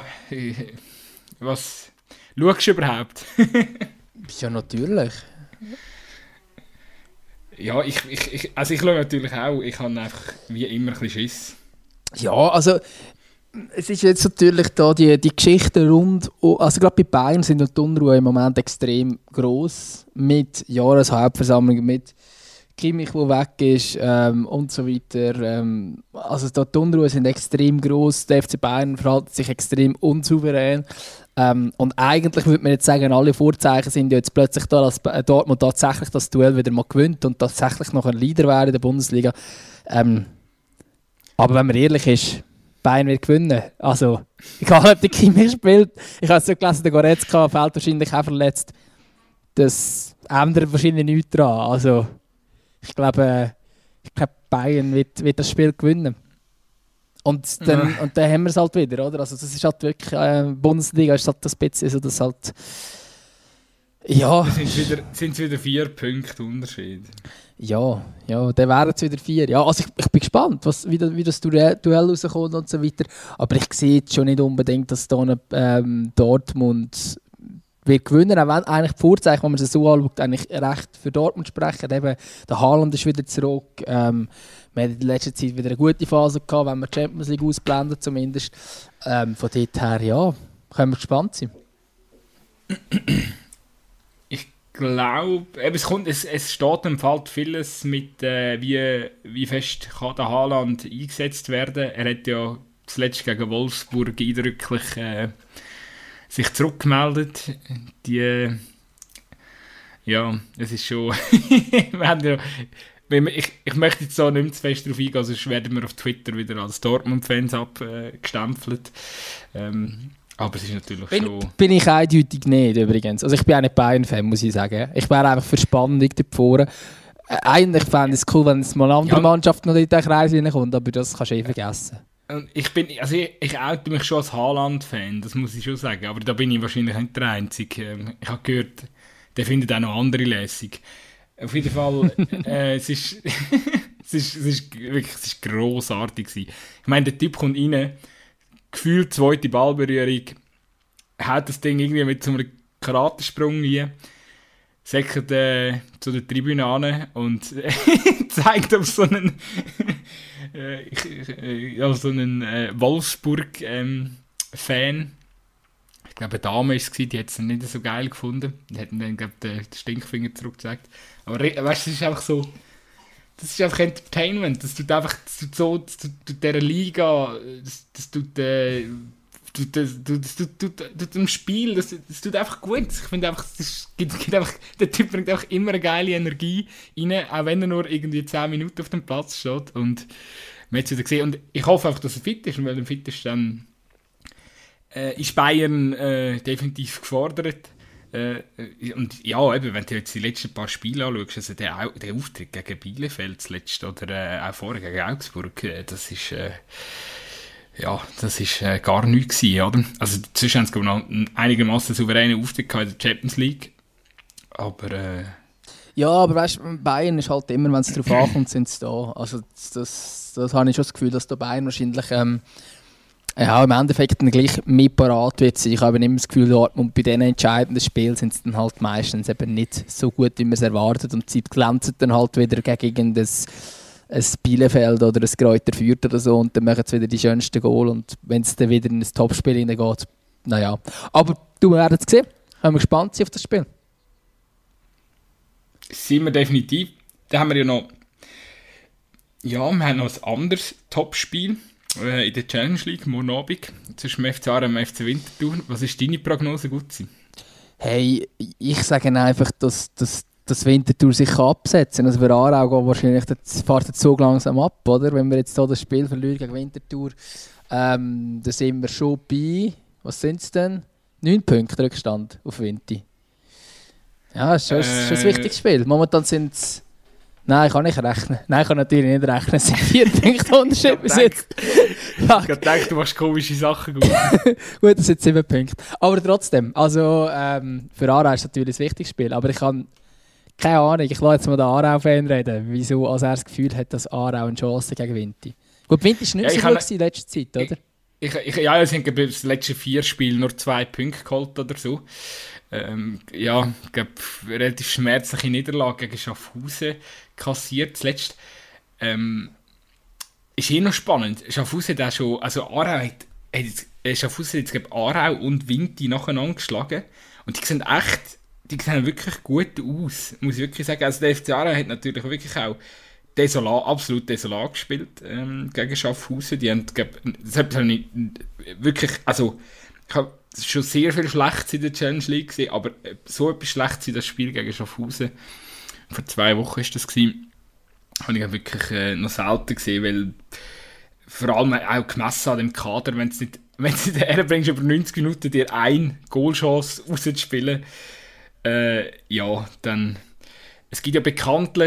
was schaust du überhaupt? Ja, natürlich. Ja, also ich schaue natürlich auch, ich habe einfach wie immer ein bisschen Schiss. Ja, also es ist jetzt natürlich da die Geschichten rund, also gerade bei Bayern sind die Unruhe im Moment extrem gross, mit Jahreshauptversammlung, mit Kimmich, der weg ist und so weiter. Also da die Unruhe sind extrem gross, der FC Bayern verhält sich extrem unsouverän. Und eigentlich würde man jetzt sagen, alle Vorzeichen sind ja jetzt plötzlich da, dass Dortmund tatsächlich das Duell wieder mal gewinnt und tatsächlich noch ein Leader wäre in der Bundesliga. Aber wenn man ehrlich ist, Bayern wird gewinnen. Also, egal ob der Kimmich spielt, ich habe es so gelesen, der Goretzka fällt wahrscheinlich auch verletzt. Das ändert wahrscheinlich nichts daran. Also, ich glaube, Bayern wird das Spiel gewinnen. Und dann haben wir es halt wieder, oder? Also, das ist halt wirklich, Bundesliga ist halt das bisschen so, dass halt, ja. Sind es wieder 4 Punkte Unterschied? Ja, dann wären es wieder 4. Ja, also ich bin gespannt, wie das Duell rauskommt und so weiter. Aber ich sehe jetzt schon nicht unbedingt, dass da Dortmund wird gewinnen, auch wenn eigentlich die Vorzeichen, wenn man es so anschaut, eigentlich recht für Dortmund sprechen. Eben, der Haaland ist wieder zurück. Wir haben in der letzten Zeit wieder eine gute Phase gehabt, wenn wir die Champions League ausblenden zumindest. Von dort her, ja, können wir gespannt sein. Ich glaube, es steht im Fall vieles mit, wie fest kann der Haaland eingesetzt werden. Er hat ja zuletzt gegen Wolfsburg eindrücklich sich zurückgemeldet. Ja, es ist schon... wir haben ja, ich möchte jetzt so nicht mehr zu fest darauf eingehen, sonst werden wir auf Twitter wieder als Dortmund-Fans abgestempelt. Aber es ist natürlich schon... Bin ich eindeutig nicht, übrigens. Also ich bin auch nicht Bayern-Fan, muss ich sagen. Ich wäre einfach für Spannung dort vorne. Eigentlich fände ich es cool, wenn es mal eine andere Mannschaft noch in den Kreis reinkommt, aber das kannst du vergessen. Ich oute mich schon als Haaland-Fan, das muss ich schon sagen, aber da bin ich wahrscheinlich nicht der Einzige. Ich habe gehört, der findet auch noch andere lässig. Auf jeden Fall, es ist grossartig gewesen. Ich meine, der Typ kommt rein, gefühlt zweite Ballberührung, haut das Ding irgendwie mit so einem Karatesprung rein, säckert zu der Tribüne an und zeigt auf so einen Wolfsburg-Fan. Ich glaube, eine Dame war es, die hat es nicht so geil gefunden. Die hat dann, glaube ich, den Stinkfinger zurückgezeigt. Aber weißt du, das ist einfach so... Das ist einfach Entertainment. Das tut einfach... Das tut dieser Liga... Das tut dem Spiel... Das tut einfach gut. Ich finde einfach... Gibt einfach... Der Typ bringt einfach immer eine geile Energie rein, auch wenn er nur irgendwie 10 Minuten auf dem Platz steht. Und man hat es wieder gesehen. Und ich hoffe einfach, dass er fit ist. Und wenn er fit ist, dann... ist Bayern definitiv gefordert. Und ja, eben, wenn du jetzt die letzten paar Spiele anschaust, also der Auftritt gegen Bielefeld zuletzt oder auch vorher gegen Augsburg, das ist gar nichts gewesen, oder? Also sonst haben sie noch einen einigermaßen souveränen Auftritt in der Champions League, aber... Ja, aber weißt du, Bayern ist halt immer, wenn es darauf ankommt, sind sie da. Also das habe ich schon das Gefühl, dass der Bayern wahrscheinlich... im Endeffekt dann gleich mehr parat wird sein. Ich habe immer das Gefühl, Dortmund bei diesen entscheidenden Spielen sind es dann halt meistens eben nicht so gut, wie man es erwartet. Und die Zeit glänzt dann halt wieder gegen ein Bielefeld oder ein Greuther Fürth oder so und dann machen sie wieder die schönsten Goal. Und wenn es dann wieder in ein Topspiel hineingeht, naja. Aber wir werden es sehen. Können wir gespannt sein auf das Spiel. Sind wir definitiv. Da haben wir ja noch... Ja, wir haben noch ein anderes Topspiel. In der Challenge League, morgen Abend, zwischen dem FC Aarau und dem FC Winterthur. Was ist deine Prognose, Gutzi? Hey, ich sage einfach, dass Winterthur sich absetzen kann. Also für Aarau geht wahrscheinlich fährt der Zug langsam ab, oder? Wenn wir jetzt hier das Spiel verlieren gegen Winterthur, dann sind wir schon bei, was sind es denn? 9 Punkte Rückstand auf Winti. Ja, das ist schon ein wichtiges Spiel. Momentan sind es... Nein, ich kann nicht rechnen. Nein, ich kann natürlich nicht rechnen. Es sind 4 Punkte Unterschied bis jetzt. Ich habe gedacht, du machst komische Sachen gut. Gut, das sind 7 Punkte. Aber trotzdem, also für Aarau ist es natürlich ein wichtiges Spiel. Aber ich habe keine Ahnung, ich lasse jetzt mal den Aarau-Fan reden, wieso er das Gefühl hat, dass Aarau eine Chance gegen Winti. Gut, Winti war nicht so gut in letzter Zeit, oder? Ja, sie haben glaube ich das letzte 4 Spiel nur 2 Punkte geholt oder so. Ja, ich glaube, relativ schmerzliche Niederlage gegen Schaffhausen kassiert zuletzt. Ist noch spannend. Schaffhausen hat auch schon, also Aarau Schaffhausen hat jetzt, glaube ich, Aarau und Vinti nacheinander geschlagen. Und die sehen wirklich gut aus, muss ich wirklich sagen. Also der FC Aarau hat natürlich wirklich auch absolut desolat gespielt gegen Schaffhausen. Die haben, das habe ich nicht wirklich, also ich habe schon sehr viel Schlechtes in der Challenge League gesehen, aber so etwas Schlechtes in das Spiel gegen Schaffhausen, vor 2 Wochen war das gewesen, habe ich wirklich noch selten gesehen, weil vor allem auch gemessen an dem Kader, wenn du nicht herbringst, über 90 Minuten dir eine Goalchance rauszuspielen, ja, dann, es gibt ja bekanntlich,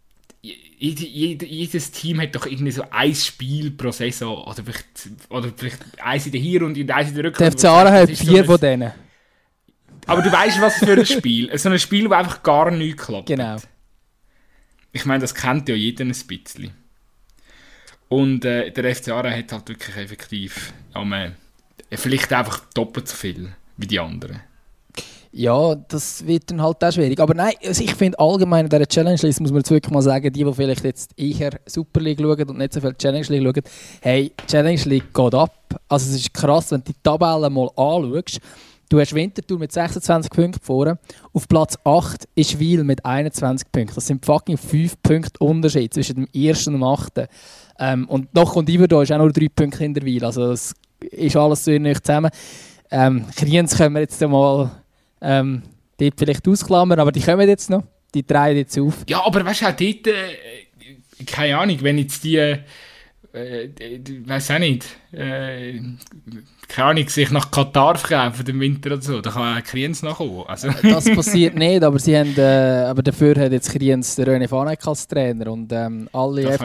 jedes Team hat doch irgendwie so ein Spiel pro Saison, oder vielleicht eins in der Hinrunde und eins in der Rückrunde. Der FC Aarau hat 4 von denen. Aber du weißt, was für ein Spiel? So ein Spiel, wo einfach gar nichts klappt. Genau. Ich meine, das kennt ja jeder ein bisschen. Und der FC Aarau hat halt wirklich effektiv vielleicht einfach doppelt so viel wie die anderen. Ja, das wird dann halt auch schwierig. Aber nein, also ich finde allgemein in dieser Challenge League, muss man jetzt wirklich mal sagen, die vielleicht jetzt eher Super League schauen und nicht so viel Challenge League schauen, hey, Challenge League geht ab. Also es ist krass, wenn du die Tabelle mal anschaust. Du hast Winterthur mit 26 Punkten vorne. Auf Platz 8 ist Wil mit 21 Punkten. Das sind fucking 5 Punkte Unterschied zwischen dem 1. und dem 8. Und noch kommt Iverdor, ist auch nur 3 Punkte hinter Wil. Also es ist alles so nicht zusammen. Kriens können wir jetzt einmal dort vielleicht ausklammern, aber die kommen jetzt noch. Die drehen jetzt auf. Ja, aber weißt du, auch dort, keine Ahnung, wenn jetzt die, weiß auch nicht, keine Ahnung, sich nach Katar verkaufen im Winter oder so, da kann auch Kriens nachkommen. Also. Das passiert nicht, aber sie haben, aber dafür hat jetzt Kriens den René Vanek als Trainer und alle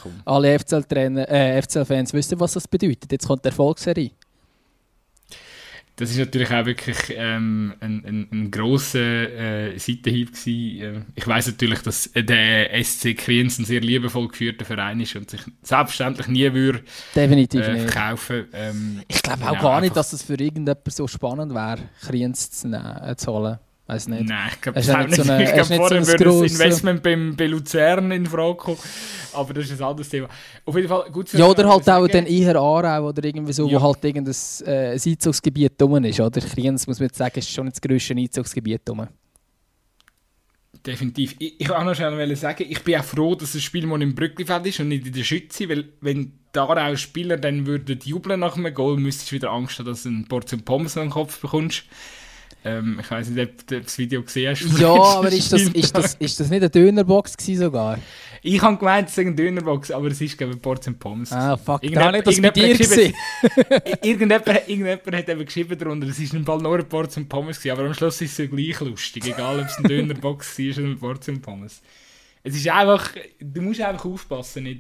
FCL-Fans wissen, was das bedeutet. Jetzt kommt die Erfolgsserie. Das ist natürlich auch wirklich ein grosser Seitenhieb gewesen. Ich weiss natürlich, dass der SC Kriens ein sehr liebevoll geführter Verein ist und sich selbstverständlich nie würde verkaufen. Ich glaube auch gar nicht, dass es für irgendjemanden so spannend wäre, Kriens zu holen. Weiss nicht. Nein, ich glaube auch nicht. Ich glaube, vorher würde das Investment bei Luzern in Frage kommen. Aber das ist ein anderes Thema. Auf jeden Fall gut zu ja, oder halt auch dann eher Aarau oder irgendwie so, ja, wo halt irgendein Einzugsgebiet rum ist. Oder? Kriens, muss man jetzt sagen, ist schon das grösste Einzugsgebiet rum. Definitiv. Ich wollte auch noch schnell sagen, ich bin auch froh, dass das Spiel mal im Brücklifeld ist und nicht in der Schütze, weil wenn die Aarau-Spieler dann würden jubeln nach einem Goal, müsstest du wieder Angst haben, dass du eine Portion Pommes an den Kopf bekommst. Ich weiss nicht, ob du das Video gesehen hast. Ja, aber ist das nicht eine Dönerbox gewesen sogar? Ich habe gemeint, es sei eine Dönerbox, aber es ist, glaube ich, eine Portion Pommes. Ah, fuck, da nicht das bei dir gesehen. Irgendjemand hat eben geschrieben darunter, es ist im Fall nur eine Portion Pommes gewesen, aber am Schluss ist es ja gleich lustig, egal ob es eine Dönerbox war oder eine Portion Pommes. Es ist einfach, du musst einfach aufpassen in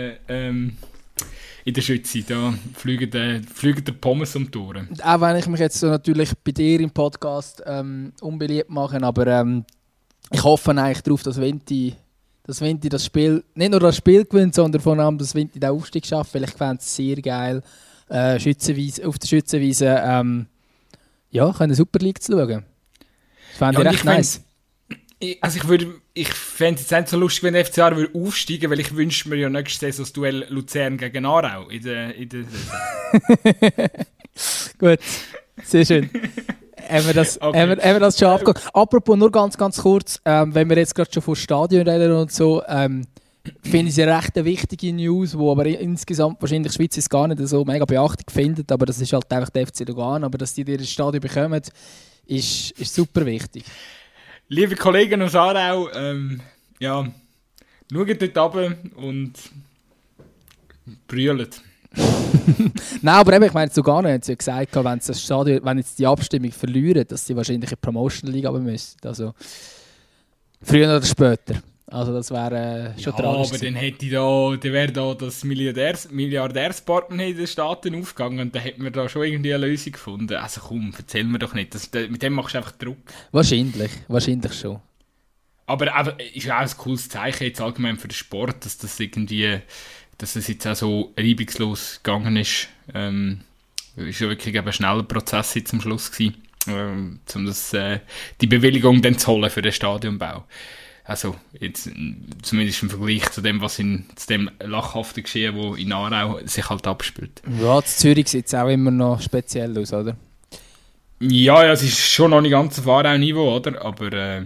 der Schütze, da fliegen der Pommes um die Ohren. Auch wenn ich mich jetzt so natürlich bei dir im Podcast unbeliebt mache, aber ich hoffe eigentlich darauf, dass Vinti das Spiel, nicht nur das Spiel gewinnt, sondern vor allem, dass Vinti den Aufstieg schafft. Vielleicht fände es sehr geil, auf der Schützenwiese eine Super League zu schauen. Das fände ich recht nice. Ich fände es jetzt nicht so lustig, wenn der FCA aufsteigen würde, weil ich wünsche mir ja nächste Saison das Duell Luzern gegen Aarau in der Saison. Gut, sehr schön. Haben wir das schon abgehakt. Apropos, nur ganz, ganz kurz, wenn wir jetzt gerade schon vom Stadion reden und so, finde ich es eine recht wichtige News, wo aber insgesamt wahrscheinlich die Schweiz ist gar nicht so mega Beachtung findet, aber das ist halt einfach der FC Lugano, aber dass die das Stadion bekommen, ist super wichtig. Liebe Kollegen aus Aarau, schaut dort runter und brüllt. Nein, aber eben, ich meine, Lugano hat ja gesagt, wenn jetzt die Abstimmung verlieren, dass sie wahrscheinlich in die Promotion League runter müssen. Also früher oder später. Also das wäre schon tragisch. Aber dann wäre da das Milliardärspartner in den Staaten aufgegangen und dann hätten wir da schon irgendwie eine Lösung gefunden. Also komm, erzähl mir doch nicht. Mit dem machst du einfach Druck. Wahrscheinlich schon. Aber ist auch ein cooles Zeichen jetzt allgemein für den Sport, dass das irgendwie dass es jetzt auch so reibungslos gegangen ist. Ist ja wirklich ein schneller Prozess jetzt am Schluss gewesen, um die Bewilligung dann zu holen für den Stadionbau. Also jetzt zumindest im Vergleich zu dem, zu dem lachhaften Geschehen, das in Aarau sich halt abspielt. Ja, in Zürich sieht es auch immer noch speziell aus, oder? Ja, es ist schon noch nicht ganz auf Aarau-Niveau, oder? Aber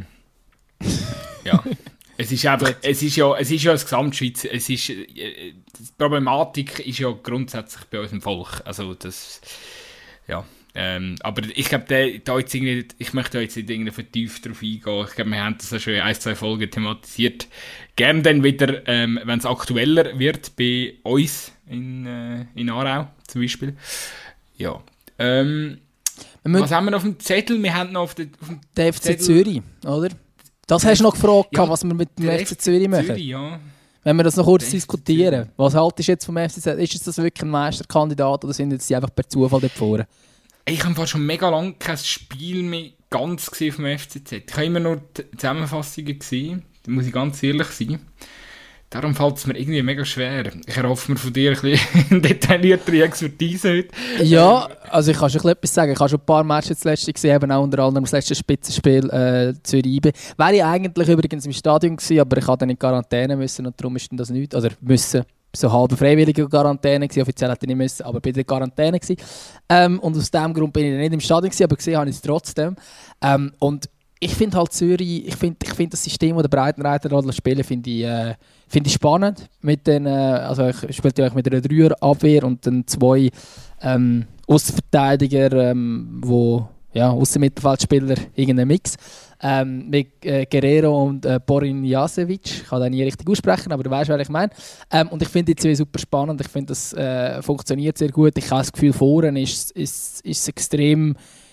ja, es ist einfach, es ist ja das Gesamtschweiz, die Problematik ist ja grundsätzlich bei uns im Volk. Also das, ja. Aber ich glaube, ich möchte da jetzt nicht irgendwie vertieft drauf eingehen. Ich glaube, wir haben das ja schon in 1-2 Folgen thematisiert. Gerne dann wieder, wenn es aktueller wird, bei uns in Aarau zum Beispiel. Ja. Was haben wir noch auf dem Zettel? Wir haben noch auf dem der FC Zettel Zürich, oder? Das hast du noch gefragt, ja, was wir mit dem FC Zürich machen. Zürich, ja. Wenn wir das noch kurz diskutieren. Zürich. Was haltest du jetzt vom FC Zürich? Ist das wirklich ein Meisterkandidat oder sind jetzt die einfach per Zufall dort vorne? Ich habe schon mega lange kein Spiel mehr ganz gesehen vom FCZ. Ich habe immer nur die Zusammenfassungen gesehen, da muss ich ganz ehrlich sein. Darum fällt es mir irgendwie mega schwer. Ich erhoffe mir von dir ein bisschen detailliertere Expertise heute. Ja, also ich kann schon etwas sagen. Ich habe schon ein paar Matches das letzte gesehen, eben auch unter anderem das letzte Spitzenspiel Zürich-IB. Wäre ich eigentlich übrigens im Stadion gewesen, aber ich musste dann in Quarantäne müssen und darum ist das nicht. Oder müssen. So halbe freiwillige Quarantäne gewesen, offiziell hätte ich nicht müssen, aber bin in der Quarantäne gewesen. Und aus diesem Grund bin ich nicht im Stadion gewesen, aber gesehen habe ich es trotzdem. Und ich finde halt Zürich, ich finde das System, das der Breitenreiter spielen, finde ich spannend. Mit den, also ich spiele ja mit einer 3er-Abwehr und dann 2 Außenverteidiger, wo ja, Außenmittelfeldspieler, irgendein Mix. Mit Guerrero und Borin Jasevic. Ich kann das nie richtig aussprechen, aber du weißt, was ich meine. Und ich finde die zwei super spannend. Ich finde, das funktioniert sehr gut. Ich habe das Gefühl, vorne ist es extrem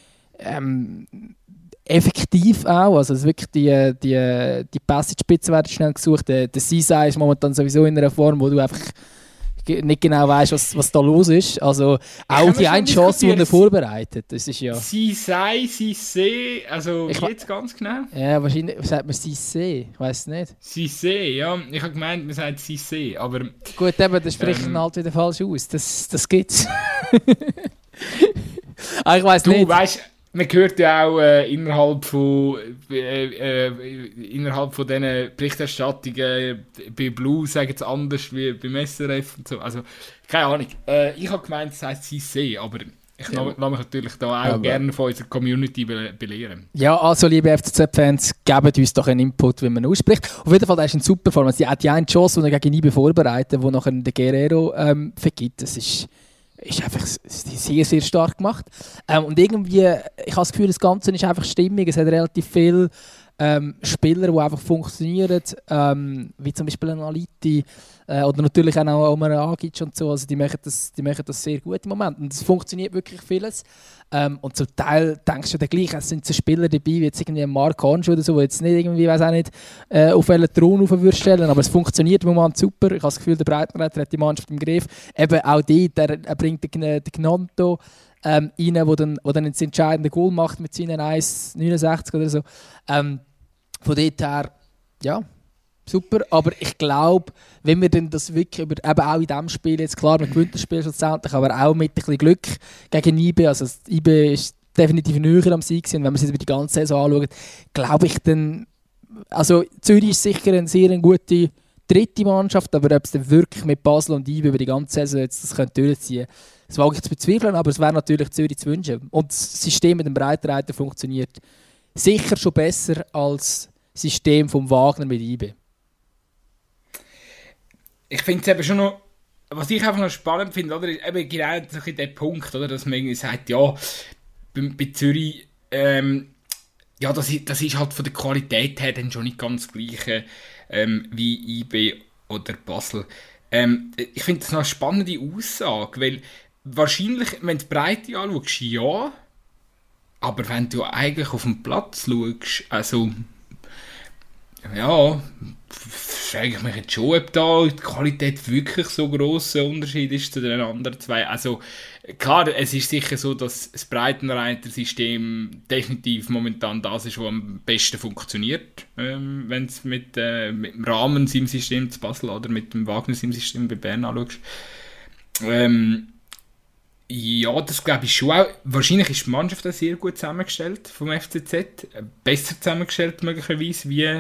effektiv auch. Also es ist wirklich die Passage-Spitze werden schnell gesucht. Der Sisai ist momentan sowieso in einer Form, wo du einfach nicht genau weißt, was da los ist. Also auch die eine Chance, die er vorbereitet. Das ist ja... Cissé, also jetzt ganz genau? Ja, wahrscheinlich sagt man Cissé, ich weiss es nicht. Cissé, ja. Ich habe gemeint, man sagt Cissé, aber... Gut, eben, das spricht dann halt wieder falsch aus. Das gibt's. Ich weiss nicht. Du weißt... Man hört ja auch innerhalb von diesen Berichterstattungen bei Blue sagen es anders wie beim SRF und so. Also, keine Ahnung. Ich habe gemeint, es heisst Cissé, aber ich lasse mich natürlich da auch gerne von unserer Community belehren. Ja, also liebe FCZ-Fans, gebt uns doch einen Input, wie man ausspricht. Auf jeden Fall, das ist eine super Form. Also, die eine Chance, die er gegen IBE vorbereitet, die nachher der Guerrero vergibt, das ist einfach sehr, sehr stark gemacht. Und irgendwie, ich habe das Gefühl, das Ganze ist einfach stimmig. Es hat relativ viele Spieler, die einfach funktionieren, wie zum Beispiel ein Aliti oder natürlich auch Omer Agic und so. Also die machen das sehr gut im Moment. Und es funktioniert wirklich vieles. Und zum Teil denkst du dir gleich, es sind so Spieler dabei, wie jetzt irgendwie Marc Hornsch oder so, der jetzt nicht irgendwie, weiß auch nicht, auf welchen Thron auf würde stellen, aber es funktioniert im Moment super. Ich habe das Gefühl, der Breitenreiter hat die Mannschaft im Griff. Eben auch er bringt den Gnonto rein, der dann das entscheidende Goal macht mit seinen 1,69 oder so. Von dort her, ja, super. Aber ich glaube, wenn wir dann das wirklich eben auch in diesem Spiel, jetzt klar, man gewinnt das Spiel schlussendlich, aber auch mit ein bisschen Glück gegen IBE, also IBE ist definitiv näher am Sieg gewesen. Wenn man sich über die ganze Saison anschaut, glaube ich dann, also Zürich ist sicher eine sehr gute dritte Mannschaft, aber ob es dann wirklich mit Basel und IBE über die ganze Saison jetzt das durchziehen könnte, das wage ich zu bezweifeln, aber es wäre natürlich Zürich zu wünschen. Und das System mit dem Breitenreiter funktioniert sicher schon besser als das System von Wagner mit IBE. Ich finde es eben schon noch, was ich einfach noch spannend finde, oder, ist eben genau der Punkt, oder, dass man irgendwie sagt, ja, bei Zürich, ja, das ist halt von der Qualität her dann schon nicht ganz das Gleiche wie IB oder Basel. Ich finde das noch eine spannende Aussage, weil wahrscheinlich, wenn du die Breite anschaust, ja, aber wenn du eigentlich auf den Platz schaust, also ja, frage ich mich jetzt schon, ob da die Qualität wirklich so grosser Unterschied ist zu den anderen zwei. Also klar, es ist sicher so, dass das Breitenreiter-System definitiv momentan das ist, was am besten funktioniert, wenn es mit dem Rahmen-Sim-System zu Basel oder mit dem Wagner-Sim-System bei Bern anschaust. Ja, das glaube ich schon auch. Wahrscheinlich ist die Mannschaft auch sehr gut zusammengestellt vom FCZ. Besser zusammengestellt möglicherweise wie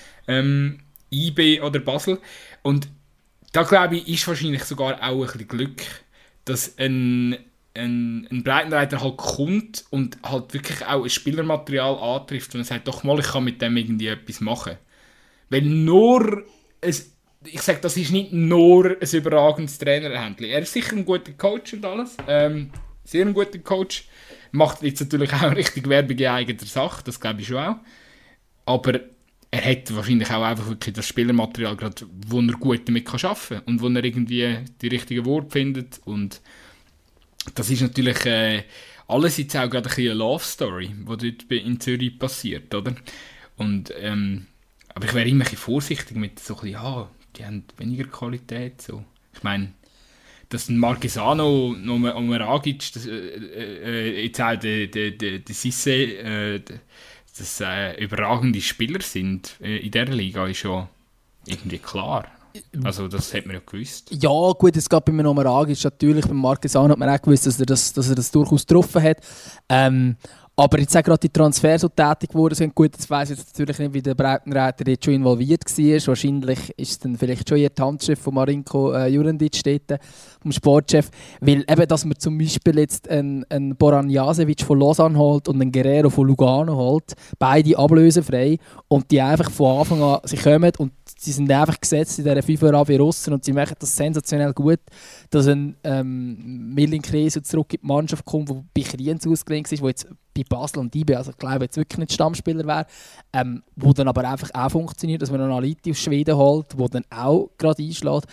IB oder Basel. Und da glaube ich, ist wahrscheinlich sogar auch ein bisschen Glück, dass ein Breitenreiter halt kommt und halt wirklich auch ein Spielermaterial antrifft und er sagt, doch mal, ich kann mit dem irgendwie etwas machen. Weil nur ich sage, das ist nicht nur ein überragendes Trainerhändchen. Er ist sicher ein guter Coach und alles. Sehr ein guter Coach. Macht jetzt natürlich auch richtig Werbung in eigener Sache, das glaube ich schon auch. Aber er hat wahrscheinlich auch einfach wirklich das Spielermaterial, gerade, wo er gut damit arbeiten kann und wo er irgendwie die richtigen Worte findet. Und das ist natürlich alles jetzt auch gerade ein bisschen eine Love-Story, die dort in Zürich passiert, oder? Und, aber ich wäre immer ein bisschen vorsichtig mit so ein bisschen, ja, die haben weniger Qualität. So. Ich meine, dass ein Marquesano noch um Ragic, jetzt auch der Cissé, dass überragende Spieler sind in dieser Liga, ist schon irgendwie klar. Also das hat man ja gewusst. Ja, gut, es gab bei mir noch mal Ragic. Natürlich, beim Marquesano hat man auch gewusst, dass er das durchaus getroffen hat. Aber jetzt auch gerade die Transfers so tätig geworden sind. Gut, jetzt weiss ich jetzt natürlich nicht, wie der Breitenreiter jetzt schon involviert war. Wahrscheinlich ist es dann vielleicht schon die Handschrift von Marinko Jurendic steht, vom Sportchef. Weil eben, dass man zum Beispiel jetzt einen Boran Jasevic von Lausanne holt und einen Guerrero von Lugano holt, beide ablösefrei, und die einfach von Anfang an, sie kommen und sie sind einfach gesetzt in dieser FIFA wie Russen und sie machen das sensationell gut, dass ein Milling Kreis zurück in die Mannschaft kommt, der bei Kriens ausgelegt ist, wo jetzt bei Basel und IB, also ich glaube jetzt wirklich nicht Stammspieler wäre, wo dann aber einfach auch funktioniert, dass man einen Aliti aus Schweden holt, der dann auch gerade einschlägt.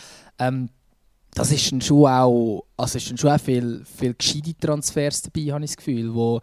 Das ist dann schon auch, also ist dann schon auch viel gescheite Transfers dabei, habe ich das Gefühl, wo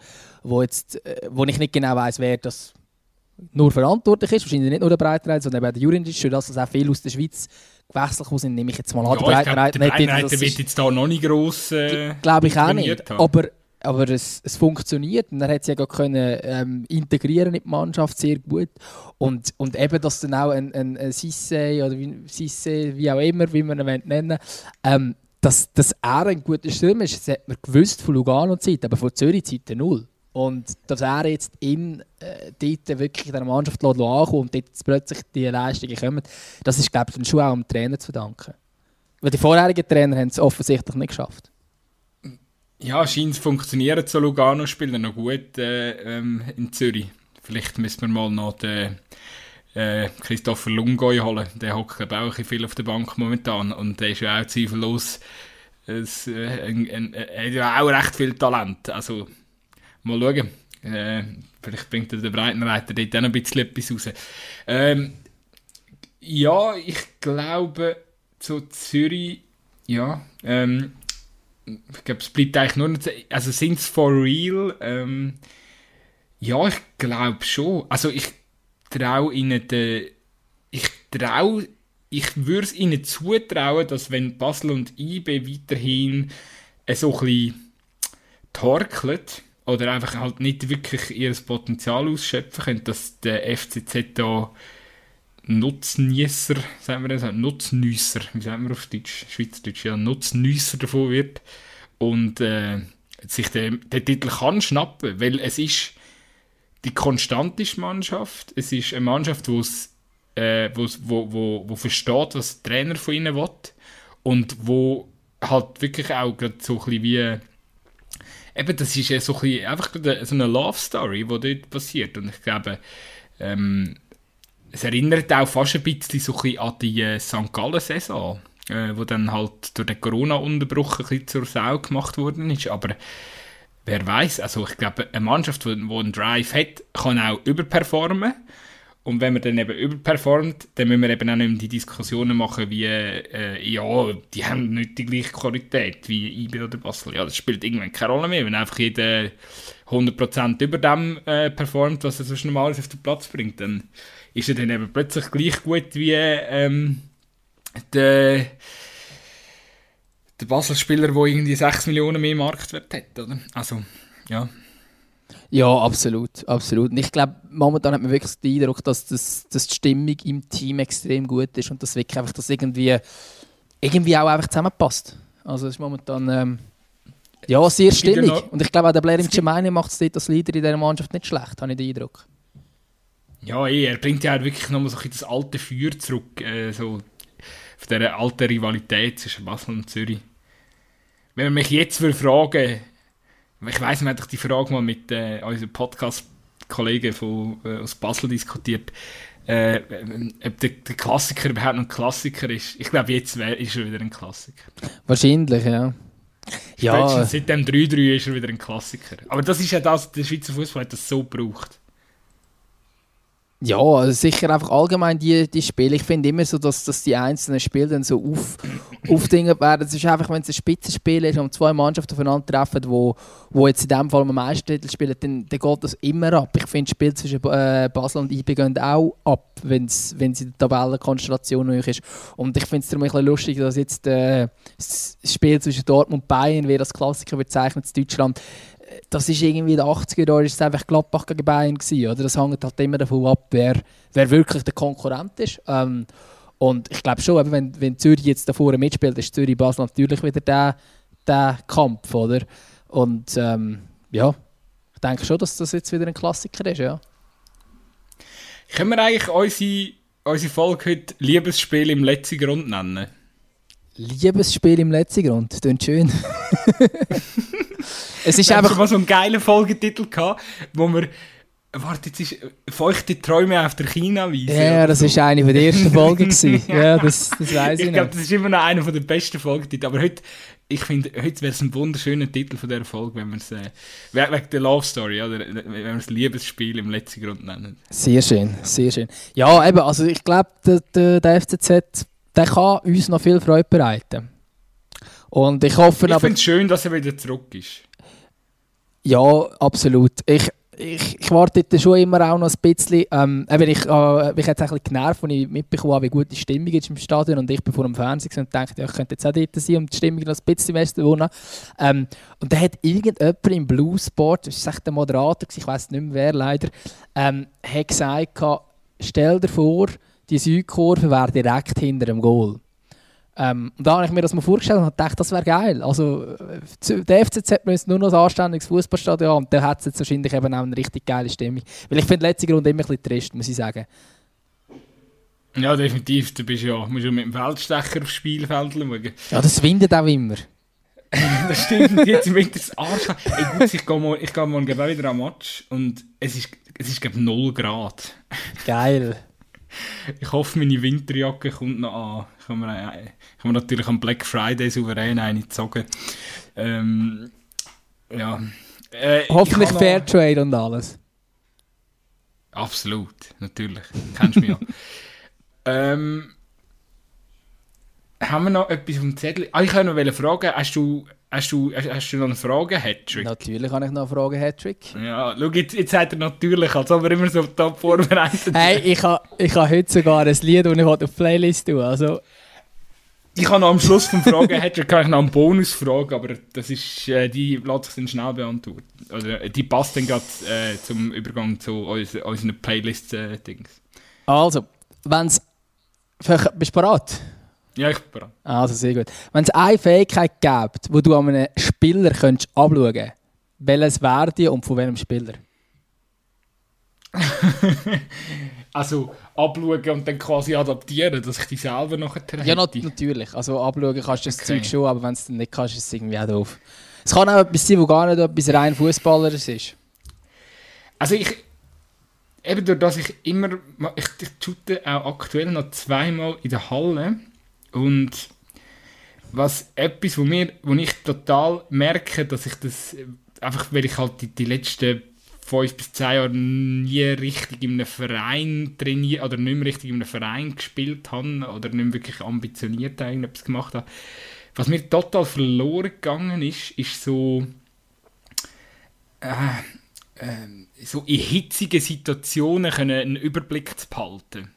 ich nicht genau weiss, wer das nur verantwortlich ist, wahrscheinlich nicht nur der Breitenreiter, sondern eben der Jurendic, für das, dass auch viele aus der Schweiz gewechselt sind, nehme ich jetzt mal an. Ja, der Breitenreiter wird jetzt da noch nicht gross glaube ich auch nicht, aber es funktioniert und er hat es ja können, integrieren in die Mannschaft sehr gut und eben, dass dann auch ein Cissé oder Cissé, wie auch immer, wie man ihn nennen will, dass er ein guter Stürmer ist, das hat man gewusst von Lugano-Zeit, aber von Zürich-Zeit null. Und dass er jetzt dort wirklich in der Mannschaft ankommt und dort plötzlich die Leistungen kommen, das ist, glaube ich, dann schon auch dem Trainer zu verdanken. Weil die vorherigen Trainer haben es offensichtlich nicht geschafft. Ja, scheint es funktionieren, so Lugano-Spieler noch gut in Zürich. Vielleicht müssen wir mal noch den Christopher Lungoy holen. Der hockt auch ein bisschen viel auf der Bank momentan und der ist ja auch zweifellos er hat ja auch recht viel Talent. Also mal schauen. Vielleicht bringt der Breitenreiter dort auch noch ein bisschen etwas raus. Ja, ich glaube, so Zürich, ja, ich glaube, es bleibt eigentlich nur noch, also sind es for real? Ja, ich glaube schon. Also ich traue ihnen ich würde es ihnen zutrauen, dass wenn Basel und IB weiterhin so ein bisschen torkeln oder einfach halt nicht wirklich ihr Potenzial ausschöpfen können, dass der FCZ da Nutzniesser, sagen wir das, Nutzniesser, wie sagen wir auf Deutsch, Schweizerdeutsch, ja, Nutzniesser davon wird und sich den Titel kann schnappen, weil es ist die konstanteste Mannschaft, es ist eine Mannschaft, wo versteht, was der Trainer von ihnen will und wo halt wirklich auch gerade so ein bisschen wie eben, das ist ja so ein bisschen einfach so eine Love-Story, die dort passiert und ich glaube, es erinnert auch fast ein bisschen so ein bisschen an die St. Gallen-Saison, wo dann halt durch den Corona-Unterbruch ein bisschen zur Sau gemacht worden ist, aber wer weiß, also ich glaube, eine Mannschaft, die einen Drive hat, kann auch überperformen Und wenn man dann eben überperformt, dann müssen wir eben auch nicht mehr die Diskussionen machen wie, ja, die haben nicht die gleiche Qualität wie IB oder Basel. Ja, das spielt irgendwann keine Rolle mehr, wenn einfach jeder 100% über dem performt, was er sonst normalerweise auf den Platz bringt, dann ist er dann eben plötzlich gleich gut wie der Basel-Spieler, der irgendwie 6 Millionen mehr Marktwert hat, oder? Also, ja. Ja, absolut, absolut. Und ich glaube, momentan hat man wirklich den Eindruck, dass die Stimmung im Team extrem gut ist und dass wirklich einfach das irgendwie auch einfach zusammenpasst. Also es ist momentan ja, sehr stimmig. Und ich glaube auch der Blair im Cemani macht es dort als Leader in dieser Mannschaft nicht schlecht, habe ich den Eindruck. Ja, er bringt ja wirklich nochmal so ein das alte Feuer zurück, so von dieser alten Rivalität zwischen Basel und Zürich. Wenn man mich jetzt fragen, ich weiss, wir haben die Frage mal mit unseren Podcast-Kollegen aus Basel diskutiert, ob der Klassiker überhaupt noch ein Klassiker ist. Ich glaube, jetzt ist er wieder ein Klassiker. Wahrscheinlich, ja. Spätestens seit dem 3-3 ist er wieder ein Klassiker. Aber das ist ja das, der Schweizer Fußball hat das so gebraucht. Ja, also sicher einfach allgemein die Spiele. Ich finde immer so, dass die einzelnen Spiele dann so aufdingert werden. Es ist einfach, wenn es ein Spitzenspiel ist und zwei Mannschaften aufeinandertreffen, wo jetzt in diesem Fall am meisten Titel spielen, dann geht das immer ab. Ich finde, das Spiel zwischen Basel und IB gehen auch ab, wenn es in der Tabellenkonstellation noch ist. Und ich finde es darum ein bisschen lustig, dass jetzt das Spiel zwischen Dortmund und Bayern, wie das Klassiker bezeichnet in Deutschland, das ist irgendwie in den 80er Jahren ist es einfach Gladbach gegen Bayern gewesen, oder? Das hängt halt immer davon ab, wer wirklich der Konkurrent ist. Und ich glaube schon, wenn Zürich jetzt da vorne mitspielt, ist Zürich-Basel natürlich wieder der Kampf, oder? Und ja, ich denke schon, dass das jetzt wieder ein Klassiker ist, ja. Können wir eigentlich unsere Folge heute Liebesspiel im letzten Grund nennen? Liebesspiel im letzten Grund, das klingt schön. Es ist einfach... schon mal so einen geilen Folgetitel gehabt, wo wir... Warte, jetzt ist «Feuchte Träume auf der China-Wiese». Ja, das war eine der ersten Folgen. Ja, das weiss ich Ich glaube, das ist immer noch einer der besten Folgetitel. Aber heute, ich finde, heute wäre es ein wunderschöner Titel von dieser Folge, wenn wir es... wegen der Love Story, oder? Wenn wir es «Liebesspiel im letzten Grund» nennen. Sehr schön, sehr schön. Ja, eben, also ich glaube, der FCZ, der kann uns noch viel Freude bereiten. Und ich hoffe... Ich finde es schön, dass er wieder zurück ist. Ja, absolut. Ich warte dort schon immer auch noch ein bisschen. Ich habe jetzt ein bisschen genervt, als ich mitbekommen habe, wie gut die Stimmung ist im Stadion. Und ich bin vor dem Fernseher und dachte, ja, ich könnte jetzt auch dort sein, um die Stimmung noch ein bisschen besser zu wohnen. Und da hat irgendjemand im Bluesport, das war echt der Moderator, ich weiss nicht mehr wer leider, hat gesagt, stell dir vor, die Südkurve wäre direkt hinter dem Goal. Und da habe ich mir das mal vorgestellt und dachte, das wäre geil. Also, der FCZ müsste nur noch ein anständiges Fußballstadion haben und dann hat es jetzt wahrscheinlich eben auch eine richtig geile Stimmung. Weil ich finde letzte Runde immer ein bisschen trist, muss ich sagen. Ja, definitiv. Du musst ja mit dem Feldstecher aufs Spielfeld schauen. Ja, das windet auch immer. Das stimmt, jetzt im Winter das Arsch. Ey, gut, ich gehe morgen wieder am Match und es ist glaube ich, 0 Grad. Geil. Ich hoffe, meine Winterjacke kommt noch an. Ich kann mir natürlich am Black Friday souverän eine zogen. Ja. Hoffentlich Fairtrade und alles. Absolut, natürlich. Kennst du mich ja. Haben wir noch etwas auf dem Zettel? Ich wollte noch fragen, hast du noch eine Frage, Hattrick? Natürlich habe ich noch eine Frage, Hattrick. Ja, schau, jetzt sagt er natürlich, als ob er immer so top vorbereitet. Hey, ich habe heute sogar ein Lied, das ich auf die Playlist tue. Also. Ich habe noch am Schluss vom Fragen-Hattrick noch eine Bonusfrage, aber das ist, die lässt sich dann schnell beantworten. Oder die passt dann gerade zum Übergang zu unseren Playlist-Dings. Also, wenn's... Bist du bereit? Ja, ich bin bereit. Also, sehr gut. Wenn es eine Fähigkeit gibt, die du an einem Spieler könntest anschauen könntest, welches wäre die und von welchem Spieler? Also abschauen und dann quasi adaptieren, dass ich die selber nachher hätte? Ja, natürlich. Also abschauen kannst du das Zeug schon, aber wenn du es nicht kannst, ist es irgendwie auch doof. Es kann auch etwas sein, wo gar nicht etwas rein Fußballeres ist. Also eben durch das ich shoote auch aktuell noch 2-mal in der Halle und wo ich total merke, dass ich das einfach, weil ich halt die letzten 5 bis 10 Jahren nie richtig in einem Verein trainiert oder nicht mehr richtig in einem Verein gespielt habe oder nicht mehr wirklich ambitioniert irgendetwas gemacht habe. Was mir total verloren gegangen ist so, so in hitzigen Situationen einen Überblick zu behalten.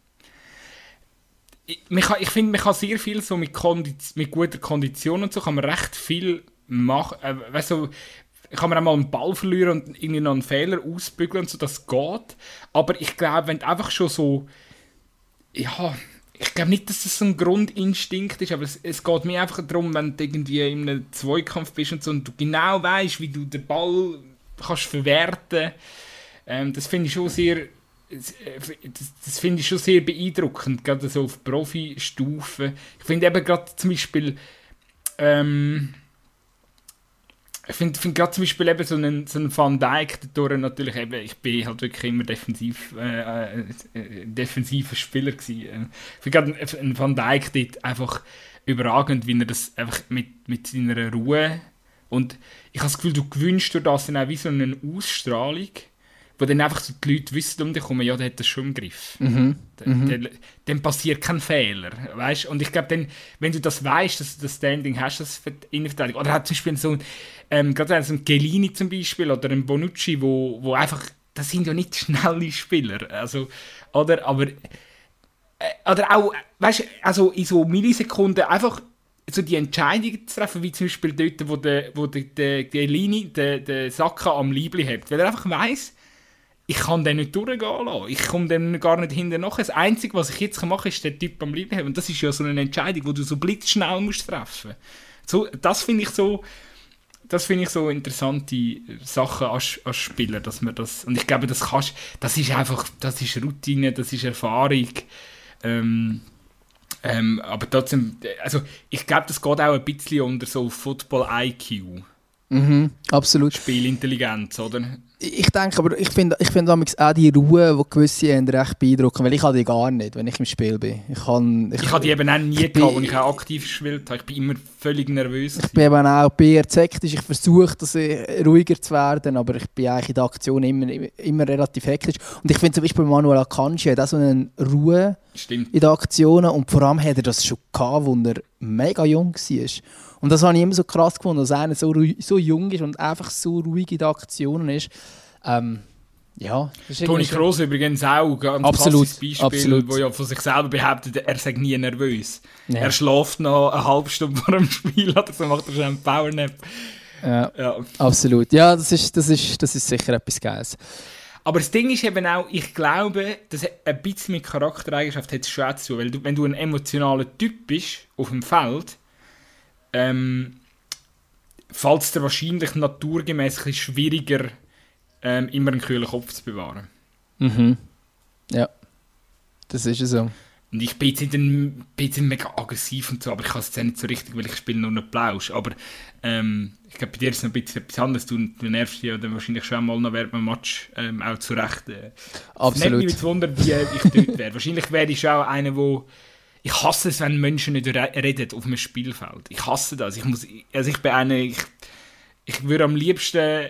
Ich finde, man kann sehr viel so mit guter Kondition und so kann man recht viel machen. Weißt du, kann man auch mal einen Ball verlieren und irgendwie noch einen Fehler ausbügeln und so, das geht. Aber ich glaube, wenn du einfach schon so, ja, ich glaube nicht, dass das so ein Grundinstinkt ist, aber es geht mir einfach darum, wenn du irgendwie in einem Zweikampf bist und so und du genau weißt, wie du den Ball kannst verwerten. Das finde ich schon sehr, das finde ich schon sehr beeindruckend, gerade so auf Profi-Stufe. Ich finde eben gerade zum Beispiel, ich finde gerade zum Beispiel eben so einen Van Dijk dadurch natürlich eben, ich bin halt wirklich immer defensiver Spieler gewesen. Ich finde gerade einen Van Dijk dort einfach überragend, wie er das einfach mit seiner Ruhe und ich habe das Gefühl, du gewünscht durch das dann auch wie so eine Ausstrahlung, wo dann einfach so die Leute wissen um dich herum, ja, der hat das schon im Griff. Dann passiert kein Fehler, weißt? Und ich glaube, dann, wenn du das weißt, dass du das Standing hast, das Innenverteidigung, oder hat zum Beispiel so gerade so ein Chiellini zum Beispiel oder ein Bonucci, wo einfach, das sind ja nicht schnelle Spieler, also, oder auch, weißt, also in so Millisekunden einfach so die Entscheidungen zu treffen, wie zum Beispiel dort, wo der Chiellini den Saka am Liebli hat, weil er einfach weiss, ich kann den nicht durchgehen lassen. Ich komme dem gar nicht hinterher nach. Das Einzige, was ich jetzt machen kann, ist den Typ am Liebling haben. Und das ist ja so eine Entscheidung, die du so blitzschnell musst treffen. So, das finde ich so interessante Sachen als Spieler, dass man das, und ich glaube, das ist einfach, das ist Routine, das ist Erfahrung. Aber trotzdem, also ich glaube, das geht auch ein bisschen unter so Football-IQ. Absolut. Spielintelligenz, oder? Ich denke, aber ich finde auch die Ruhe, die gewisse haben, recht beeindruckend, weil ich habe die gar nicht, wenn ich im Spiel bin. Ich habe die eben auch nie gehabt, als ich auch aktiv gespielt habe. Ich bin immer völlig nervös. Ich bin eben auch eher hektisch. Ich versuche, ruhiger zu werden, aber ich bin eigentlich in der Aktion immer relativ hektisch. Und ich finde zum Beispiel Manuel Akanji hat auch so eine Ruhe in den Aktionen und vor allem hat er das schon gehabt, als er mega jung war. Und das habe ich immer so krass gefunden, dass einer so jung ist und einfach so ruhig in den Aktionen ist. Ja, Toni Kroos übrigens auch, ein absolut, Beispiel, wo ja von sich selber behauptet, er sei nie nervös. Ja. Er schläft noch eine halbe Stunde vor dem Spiel oder so, macht er schon einen Powernap. Ja, absolut. Ja, das ist sicher etwas Geiles. Aber das Ding ist eben auch, ich glaube, dass ein bisschen mit Charaktereigenschaft hat es schon zu tun, weil wenn du ein emotionaler Typ bist auf dem Feld, fällt es dir wahrscheinlich naturgemäß ein bisschen schwieriger, immer einen kühlen Kopf zu bewahren. Ja, das ist so. Und ich bin jetzt nicht mega aggressiv und so, aber ich kann es jetzt nicht so richtig, weil ich spiele nur einen Plausch. Aber ich glaube, bei dir ist es noch ein bisschen etwas anderes. Du nervst dich ja dann wahrscheinlich schon mal noch während dem Match auch zurecht. Absolut. Es nimmt mich Wunder, wie ich dort wäre. Wahrscheinlich wäre ich auch einer, wo... Ich hasse es, wenn Menschen nicht reden auf einem Spielfeld. Ich hasse das. Ich würde am liebsten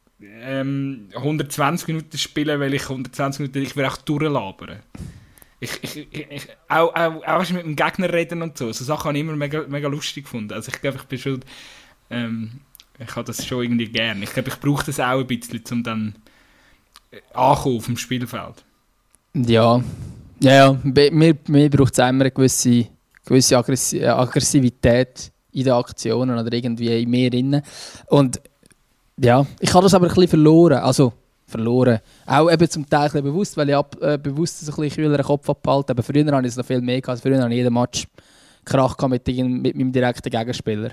120 Minuten spielen, weil ich 120 Minuten, ich würde auch durchlabern. Auch mit dem Gegner reden und so. So Sachen habe ich immer mega, mega lustig gefunden. Also ich glaube, ich bin schon, ich habe das schon irgendwie gern. Ich glaube, ich brauche das auch ein bisschen, um dann ankommen auf dem Spielfeld. Ja. Mir braucht es immer eine gewisse Aggressivität in den Aktionen oder irgendwie in mir drin. Und ja, ich habe das aber ein bisschen verloren. Auch eben zum Teil ein bisschen bewusst, weil ich bewusst so ein bisschen kühleren Kopf abgehalten habe. Aber früher hatte ich es noch viel mehr gehabt. Früher hatte ich jeden Match Krach mit meinem direkten Gegenspieler.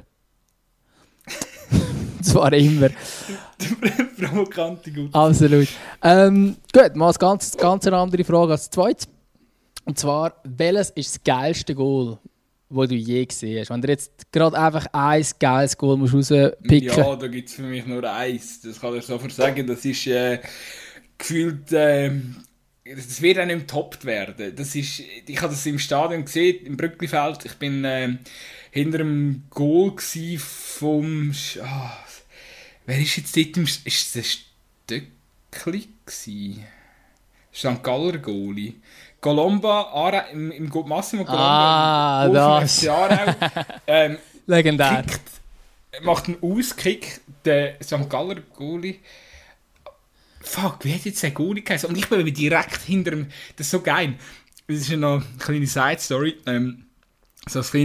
Zwar immer. Provokante Gut. Absolut. Gut, mal eine ganz andere Frage als zweites. Und zwar, welches ist das geilste Goal, das du je gesehen hast? Wenn du jetzt gerade einfach ein geiles Goal rauspicken musst. Ja, da gibt es für mich nur eins. Das kann ich sofort sagen. Das ist gefühlt... das wird auch nicht getoppt werden. Ich habe das im Stadion gesehen, im Brücklifeld. Ich bin hinter dem Goal vom... wer ist jetzt dort? Ist es Schöckli gsi. St. Galler Goalie. Colomba, im Massimo Colomba. Das. Legendär. Macht einen Auskick, der St. Galler Goalie. Fuck, wie hat jetzt der Goalie geheißen? Und ich bin direkt hinter ihm. Das ist so geil. Das ist noch eine kleine Side-Story. So ein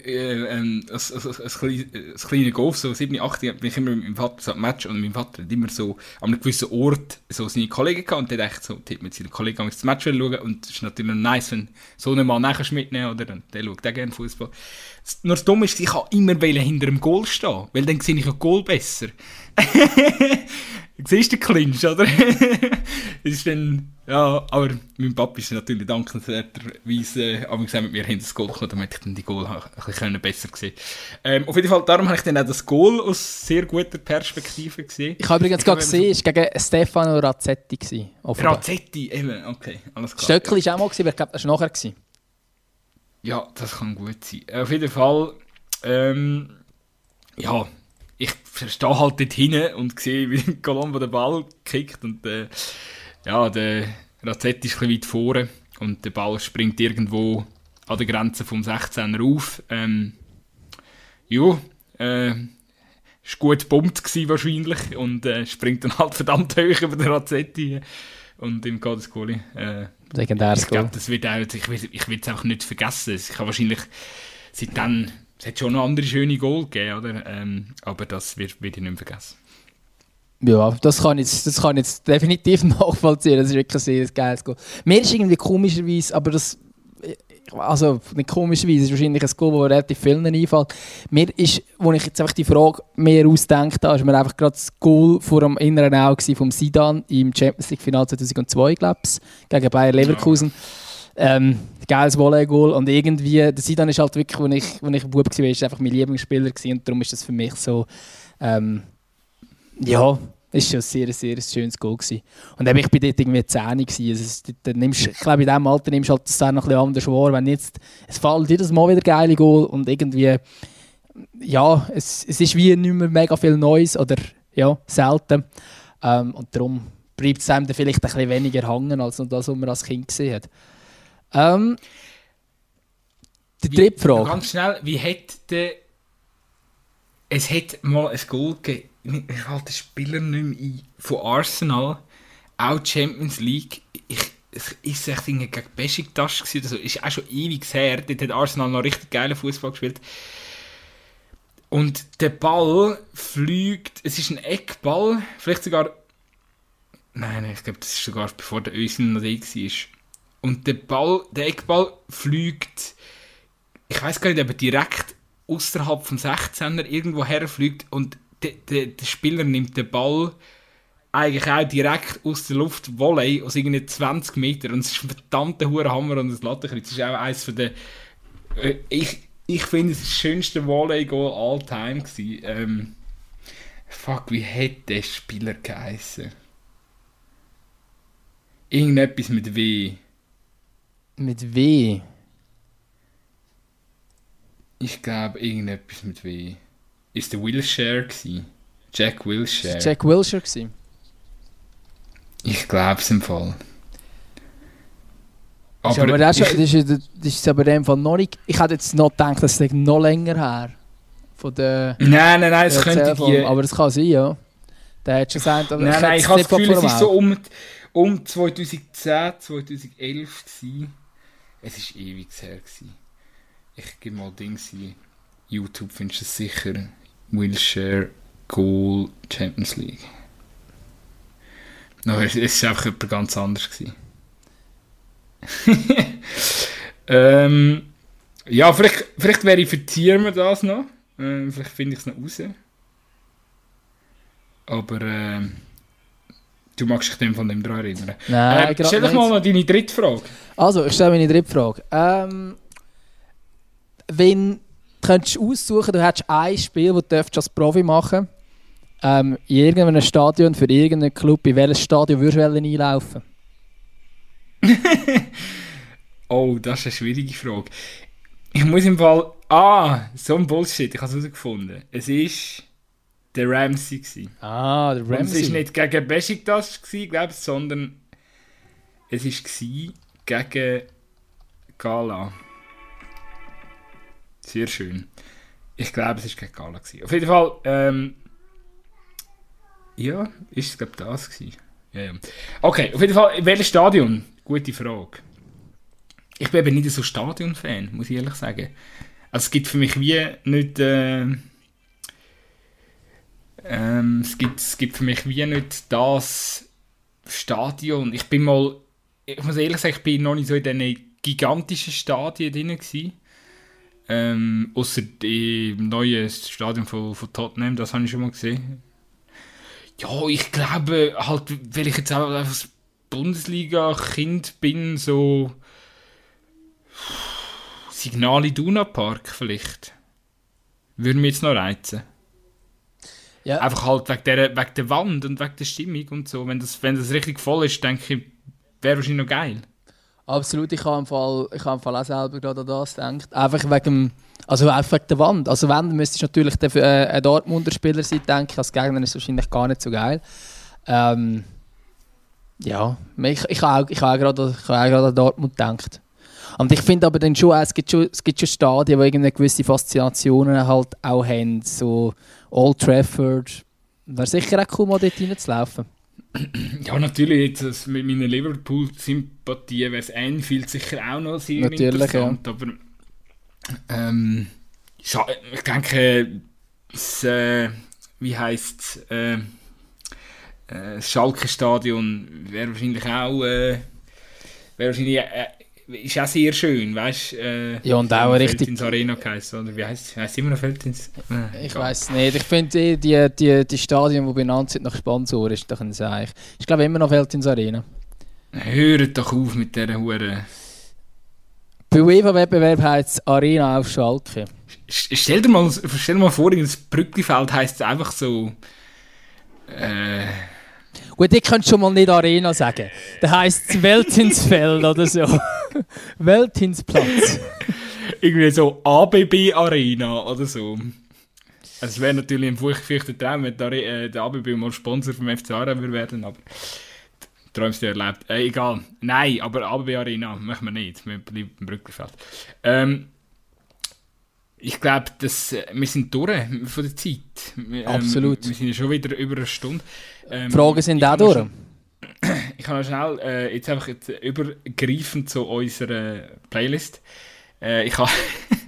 kleiner Golf, so 7, 8, bin ich immer mit meinem Vater so am Match und mein Vater hat immer so an einem gewissen Ort so seine Kollegen gehabt und der hat echt so mit seinen Kollegen das Match schauen und es ist natürlich noch nice, wenn so einen Mann nachher mitnehmen oder der schaut auch gerne Fußball. Nur das Dumme ist, ich kann immer hinter dem Goal stehen, weil dann sehe ich ein Goal besser. Siehst du den Clinch, oder? Das ist dann, ja, aber mein Papa ist natürlich dankenswerterweise mit mir hinter das Goal gekommen, damit ich dann die Goal ein bisschen besser gesehen. Auf jeden Fall, darum habe ich dann auch das Goal aus sehr guter Perspektive gesehen. Ich habe übrigens gerade gesehen, es war gegen Stefano Razzetti. Razzetti, eben, okay, alles klar. Stöckli war auch mal, aber ich glaube, das war nachher. Ja, das kann gut sein. Auf jeden Fall, ja, ich stehe halt dort hinten und sehe, wie Colombo den Ball kickt und ja, der Razzetti ist ein bisschen weit vorne und der Ball springt irgendwo an der Grenze vom 16er auf. Ja, ist gut gebombt gewesen wahrscheinlich und springt dann halt verdammt hoch über den Razzetti und im geht das Goalie. Legendäres Ich glaube, das wird auch, ich will es einfach nicht vergessen. Ich kann wahrscheinlich seitdem, es hat schon noch andere schöne Goal gegeben, oder? Aber das wird ich nicht mehr vergessen. Ja, das kann ich jetzt definitiv nachvollziehen. Das ist wirklich ein sehr geiles Goal. Mir ist irgendwie komischerweise, aber das, also nicht komischerweise, ist wahrscheinlich ein Goal, das relativ vielen einfällt. Mir ist, als ich jetzt einfach die Frage mehr ausdenkt habe, ist mir einfach gerade das Goal vor dem inneren Auge vom Zidane im Champions League Finale 2002, glaube ich, gegen Bayer Leverkusen. Ja. Geiles Volley-Goal und irgendwie, der Zidane ist halt wirklich, als ich ein Bub war, ist einfach mein Lieblingsspieler gewesen und darum ist das für mich so, ja, es war schon ein sehr schönes Goal gewesen. Und ich war dort irgendwie 10 gewesen. Ich glaube, in diesem Alter nimmst du halt das noch ein bisschen anders wahr, wenn jetzt, es fällt jedes Mal wieder geile Goal und irgendwie, ja, es ist wie nicht mehr mega viel Neues oder, ja, selten. Und darum bleibt es einem dann vielleicht ein bisschen weniger hängen, als das, was man als Kind gesehen hat. Die dritte Frage. Ganz schnell, wie hat der... Es hat mal ein Goal gegeben, ich halte den Spieler nicht mehr ein, von Arsenal, auch Champions League. Es ist echt gegen Besiktas gewesen, also ist auch schon ewig her. Dort hat Arsenal noch richtig geilen Fußball gespielt. Und der Ball fliegt, es ist ein Eckball, vielleicht sogar... Nein, ich glaube, das ist sogar bevor der Özil noch da war. Und der Eckball fliegt, ich weiß gar nicht, ob er direkt außerhalb vom 16er irgendwo herfliegt und der Spieler nimmt den Ball eigentlich auch direkt aus der Luft Volley aus irgendwie 20 Metern und es ist ein verdammter Hammer und das Lattenkreuz. Das ist auch eines von den... Ich finde, es ist das schönste Volley-Goal all time gewesen. Fuck, wie hat der Spieler geheißen? Irgendetwas mit W. Mit W? Ich glaube, irgendetwas mit W. Ist der Wilshere gewesen? Jack Wilshere. Ist Jack Wilshere gewesen? Ich glaube es im Fall. Aber das ist aber in dem Fall noch nicht... Ich hätte jetzt noch gedacht, das ist noch länger her. Von der... Nein, es könnte die... Aber das kann sein, ja. Der hat schon gesagt... Aber nein, ich habe das Gefühl, es ist so um 2010, 2011 gewesen. Es war ewig her gewesen. Ich gebe mal Dings ein. YouTube findest du es sicher. Wilshere Goal Champions League. No, es war einfach etwas ganz anderes gewesen. Ja, vielleicht verifizieren wir das noch. Vielleicht finde ich es noch raus. Aber du magst dich von dem daran erinnern. Nein, stell doch mal noch deine dritte Frage. Also, ich stelle meine dritte Frage. Wenn könntest du aussuchen, du hättest ein Spiel, das du als Profi machen in irgendeinem Stadion für irgendeinen Club, in welches Stadion würdest du einlaufen? Oh, das ist eine schwierige Frage. Ich muss im Fall... so ein Bullshit, ich habe es herausgefunden. Es ist... der Ramsey gewesen. Ah, der Ramsey. Und es war nicht gegen Besiktas, glaube ich, sondern es war gegen Gala. Sehr schön. Ich glaube, es war gegen Gala gewesen. Auf jeden Fall, ja, ist es, glaube ich, das gewesen. Ja. Okay, auf jeden Fall, in welchem Stadion? Gute Frage. Ich bin eben nicht so Stadion-Fan, muss ich ehrlich sagen. Also es gibt für mich wie nicht... es gibt für mich wie nicht das Stadion. Ich muss ehrlich sagen, ich bin noch nicht so in diesen gigantischen Stadien drin gewesen. Ausser im neuen Stadion von Tottenham, das habe ich schon mal gesehen. Ja, ich glaube halt, weil ich jetzt auch einfach Bundesliga-Kind bin, so Signal Iduna Park vielleicht. Würde mich jetzt noch reizen. Ja. Einfach halt wegen der Wand und wegen der Stimmung und so. Wenn das richtig voll ist, denke ich, wäre wahrscheinlich noch geil. Absolut, ich habe im Fall auch selber gerade an das gedacht. Einfach wegen der Wand. Also wenn, müsstest du natürlich ein Dortmunder Spieler sein, denke ich. Als Gegner ist es wahrscheinlich gar nicht so geil. Ja, ich habe auch gerade an Dortmund gedacht. Und ich finde aber dann schon, es gibt schon Stadien, die irgendeine gewisse Faszinationen halt auch haben. So Old Trafford. Wäre sicher auch cool, mal dort reinzulaufen. Ja, natürlich, jetzt mit meiner Liverpool-Sympathie wäre es Anfield sicher auch noch sehr natürlich, interessant. Ja. Aber ich denke, wie heisst das Schalke-Stadion wäre wahrscheinlich auch ist auch sehr schön, weißt du? Ja, und auch richtig. Feldins Arena geheißen, oder wie heisst es immer noch Feldins? Ich weiß nicht. Ich finde die Stadien, die benannt sind nach Sponsoren, ist doch ein Seich. Ich glaube immer noch Feldins Arena. Hört doch auf mit dieser Hure. Bei UEFA-Wettbewerb heisst es Arena auf Schalke. Stell dir mal vor, das Brücklifeld heisst es einfach so. Gut, ich könnte schon mal nicht Arena sagen. Da heisst es Weltinsfeld oder so. Weltinsplatz. Irgendwie so ABB Arena oder so. Also es wäre natürlich ein furchtfürchter Traum, wenn der ABB mal Sponsor vom FC Aarau würde werden, aber träumst du erlebt. Egal. Nein, aber ABB Arena machen wir nicht. Wir bleiben im Brücklifeld. Ich glaube, wir sind durch von der Zeit. Absolut. Wir sind ja schon wieder über eine Stunde. Die Fragen sind auch durch. Ich kann noch schnell jetzt übergreifend zu unserer Playlist. Ich habe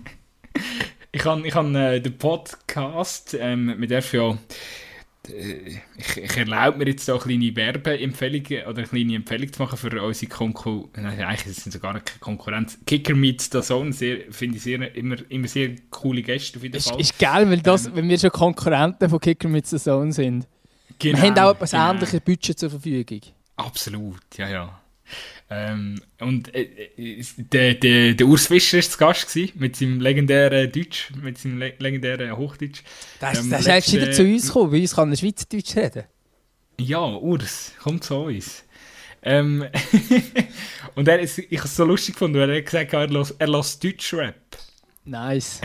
den Podcast, wir dürfen ja, ich erlaube mir jetzt so eine kleine Werbeempfehlung oder eine kleine Empfehlung zu machen für unsere eigentlich sind es gar keine Konkurrenz. Kicker meets DAZN, finde ich immer sehr coole Gäste auf jeden Fall. Ist geil, wenn wir schon Konkurrenten von Kicker meets DAZN sind. Genau, wir haben auch etwas ähnliches Budget zur Verfügung. Absolut, ja. Und der Urs Fischer war zu Gast gewesen, mit seinem legendären Deutsch, mit seinem legendären Hochdeutsch. Das ist jetzt wieder zu uns gekommen, bei uns kann er Schweizerdeutsch reden. Ja, Urs, komm zu uns. Und ich habe es so lustig gefunden, weil er gesagt hat, er lässt Deutschrap. Nice.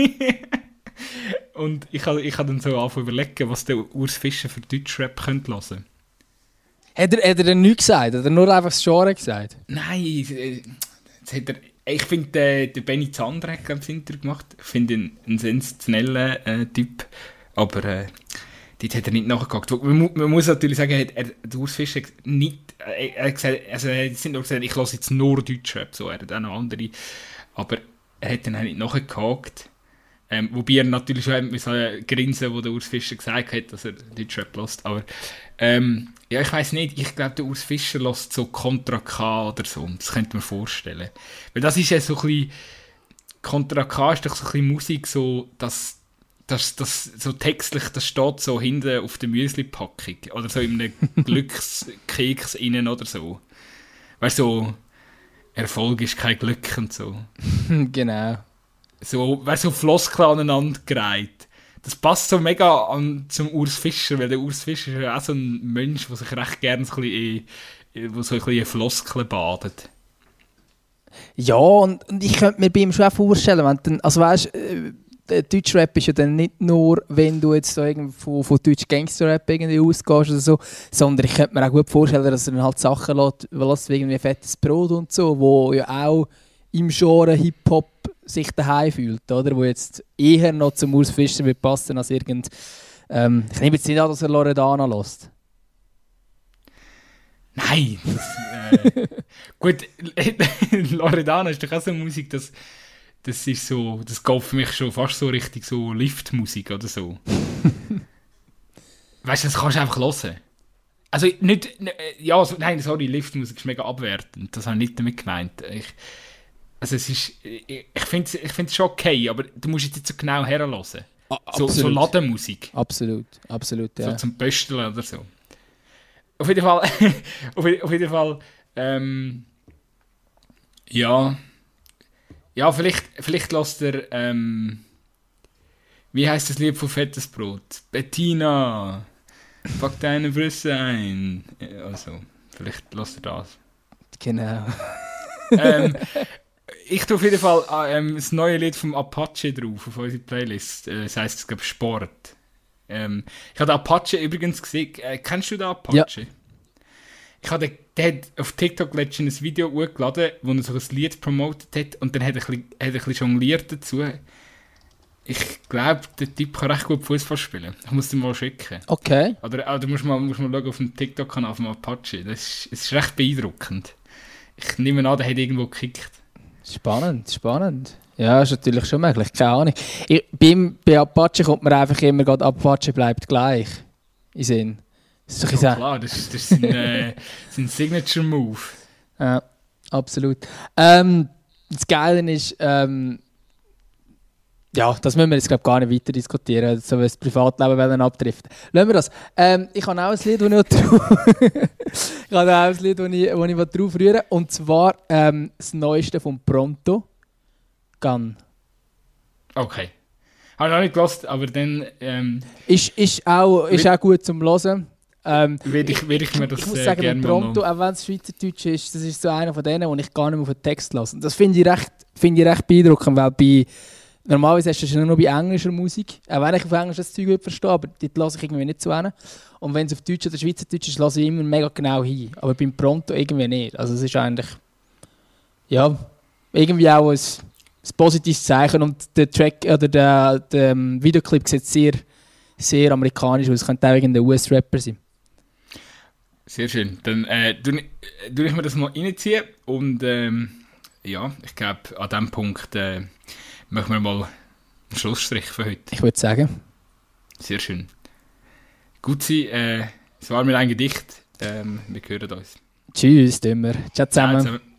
Und ich habe dann so angefangen überlegen, was der Urs Fischer für Deutschrap könnte hören. Hat er denn nichts gesagt? Hat er nur einfach das Genre gesagt? Nein, ich finde, der Benny Zander hat das Interview gemacht. Ich finde ihn einen sensationellen Typ. Aber dort hat er nicht nachgehakt. Man muss natürlich sagen, der Urs Fischer nicht... Er hat gesagt, also er hat nicht gesagt, ich höre jetzt nur Deutschrap. So, er hat auch noch andere. Aber er hat dann auch nicht nachgehakt. Wobei er natürlich schon mit so einem Grinsen, wo der Urs Fischer gesagt hat, dass er Deutschrap hört. Aber ja, ich weiss nicht. Ich glaube, der Urs Fischer hört so Contra K oder so. Das könnte man vorstellen. Weil das ist ja so ein bisschen... Contra K ist doch so ein bisschen Musik, so, das so textlich, das steht so hinten auf der Müsli-Packung. Oder so in einem Glückskeks innen oder so. Weißt du, so, Erfolg ist kein Glück und so. Genau. So, weißt du, so Floskeln aneinander gereiht. Das passt so mega zum Urs Fischer, weil der Urs Fischer ist ja auch so ein Mensch, der sich recht gerne so ein bisschen in Floskeln badet. Ja, und ich könnte mir bei ihm schon auch vorstellen, wenn dann, also weißt, Deutschrap ist ja dann nicht nur, wenn du jetzt da von Deutsch Gangsterrap irgendwie ausgehst oder so, sondern ich könnte mir auch gut vorstellen, dass er dann halt Sachen lässt wie irgendwie Fettes Brot und so, wo ja auch im Genre Hip-Hop sich daheim fühlt, oder? Wo jetzt eher noch zum Urs Fischer wird passen als irgend... ich nehme jetzt nicht an, dass er Loredana lässt. Nein! Gut, Loredana ist doch auch so Musik, das ist so, das geht für mich schon fast so richtig so Liftmusik oder so. Weißt du, das kannst du einfach hören. Also nicht, ja, nein, sorry, Liftmusik ist mega abwertend, das habe ich nicht damit gemeint. Also es ist, ich finde es schon okay, aber du musst jetzt nicht so genau herhören. So Ladenmusik. Absolut, ja. So zum Pösteln oder so. Auf jeden Fall, auf jeden Fall, ja, vielleicht lässt er, wie heisst das Lied von Fettes Brot? Bettina, pack deine Brüste ein. Also, vielleicht lässt er das. Genau. Ich tue auf jeden Fall das neue Lied vom Apache drauf auf unsere Playlist. Das heisst, ich glaube, Sport. Ich habe den Apache übrigens gesehen. Kennst du den Apache? Ja. Der hat auf TikTok letztens ein Video hochgeladen, wo er so ein Lied promotet hat und dann hat er ein bisschen jongliert dazu. Ich glaube, der Typ kann recht gut Fußball spielen. Ich muss den mal schicken. Okay. Oder du musst mal schauen auf dem TikTok-Kanal vom Apache. Es ist recht beeindruckend. Ich nehme an, der hat irgendwo gekickt. Spannend. Ja, ist natürlich schon möglich, keine Ahnung. Bei Apache kommt man einfach immer gerade, Apache bleibt gleich. In Sinn. Das ist ja, klar, das ist sein Signature-Move. Ja, absolut. Das Geile ist, ja, das müssen wir jetzt gar nicht weiter diskutieren, so wie das Privatleben abdriften. Lassen wir das. Ich habe auch ein Lied, das ich drauf rühren will. Und zwar das Neueste von Pronto. Gun. Okay. Habe ich noch nicht gehört, aber dann... Ist auch gut zum Hören. Werde ich mir das ich muss sagen, gerne Pronto, auch wenn es Schweizerdeutsch ist, das ist so einer von denen, wo ich gar nicht mehr auf den Text lasse. Das finde ich recht beeindruckend, weil normalerweise hast du das nur noch bei englischer Musik, auch wenn ich auf Englisch das Zeug verstehe, aber dort lasse ich irgendwie nicht zu hin. Und wenn es auf Deutsch oder Schweizerdeutsch ist, lasse ich immer mega genau hin. Aber beim Pronto irgendwie nicht. Also es ist eigentlich, ja, irgendwie auch ein positives Zeichen und der Track oder der Videoclip sieht sehr, sehr amerikanisch aus. Es könnte auch irgendein US-Rapper sein. Sehr schön. Dann tue ich mir das mal reinziehen und ja, ich glaube, an diesem Punkt machen wir mal einen Schlussstrich für heute. Ich würde sagen. Sehr schön. Gut, es war mir ein Gedicht. Wir hören uns. Tschüss, Dümmer. Ciao zusammen.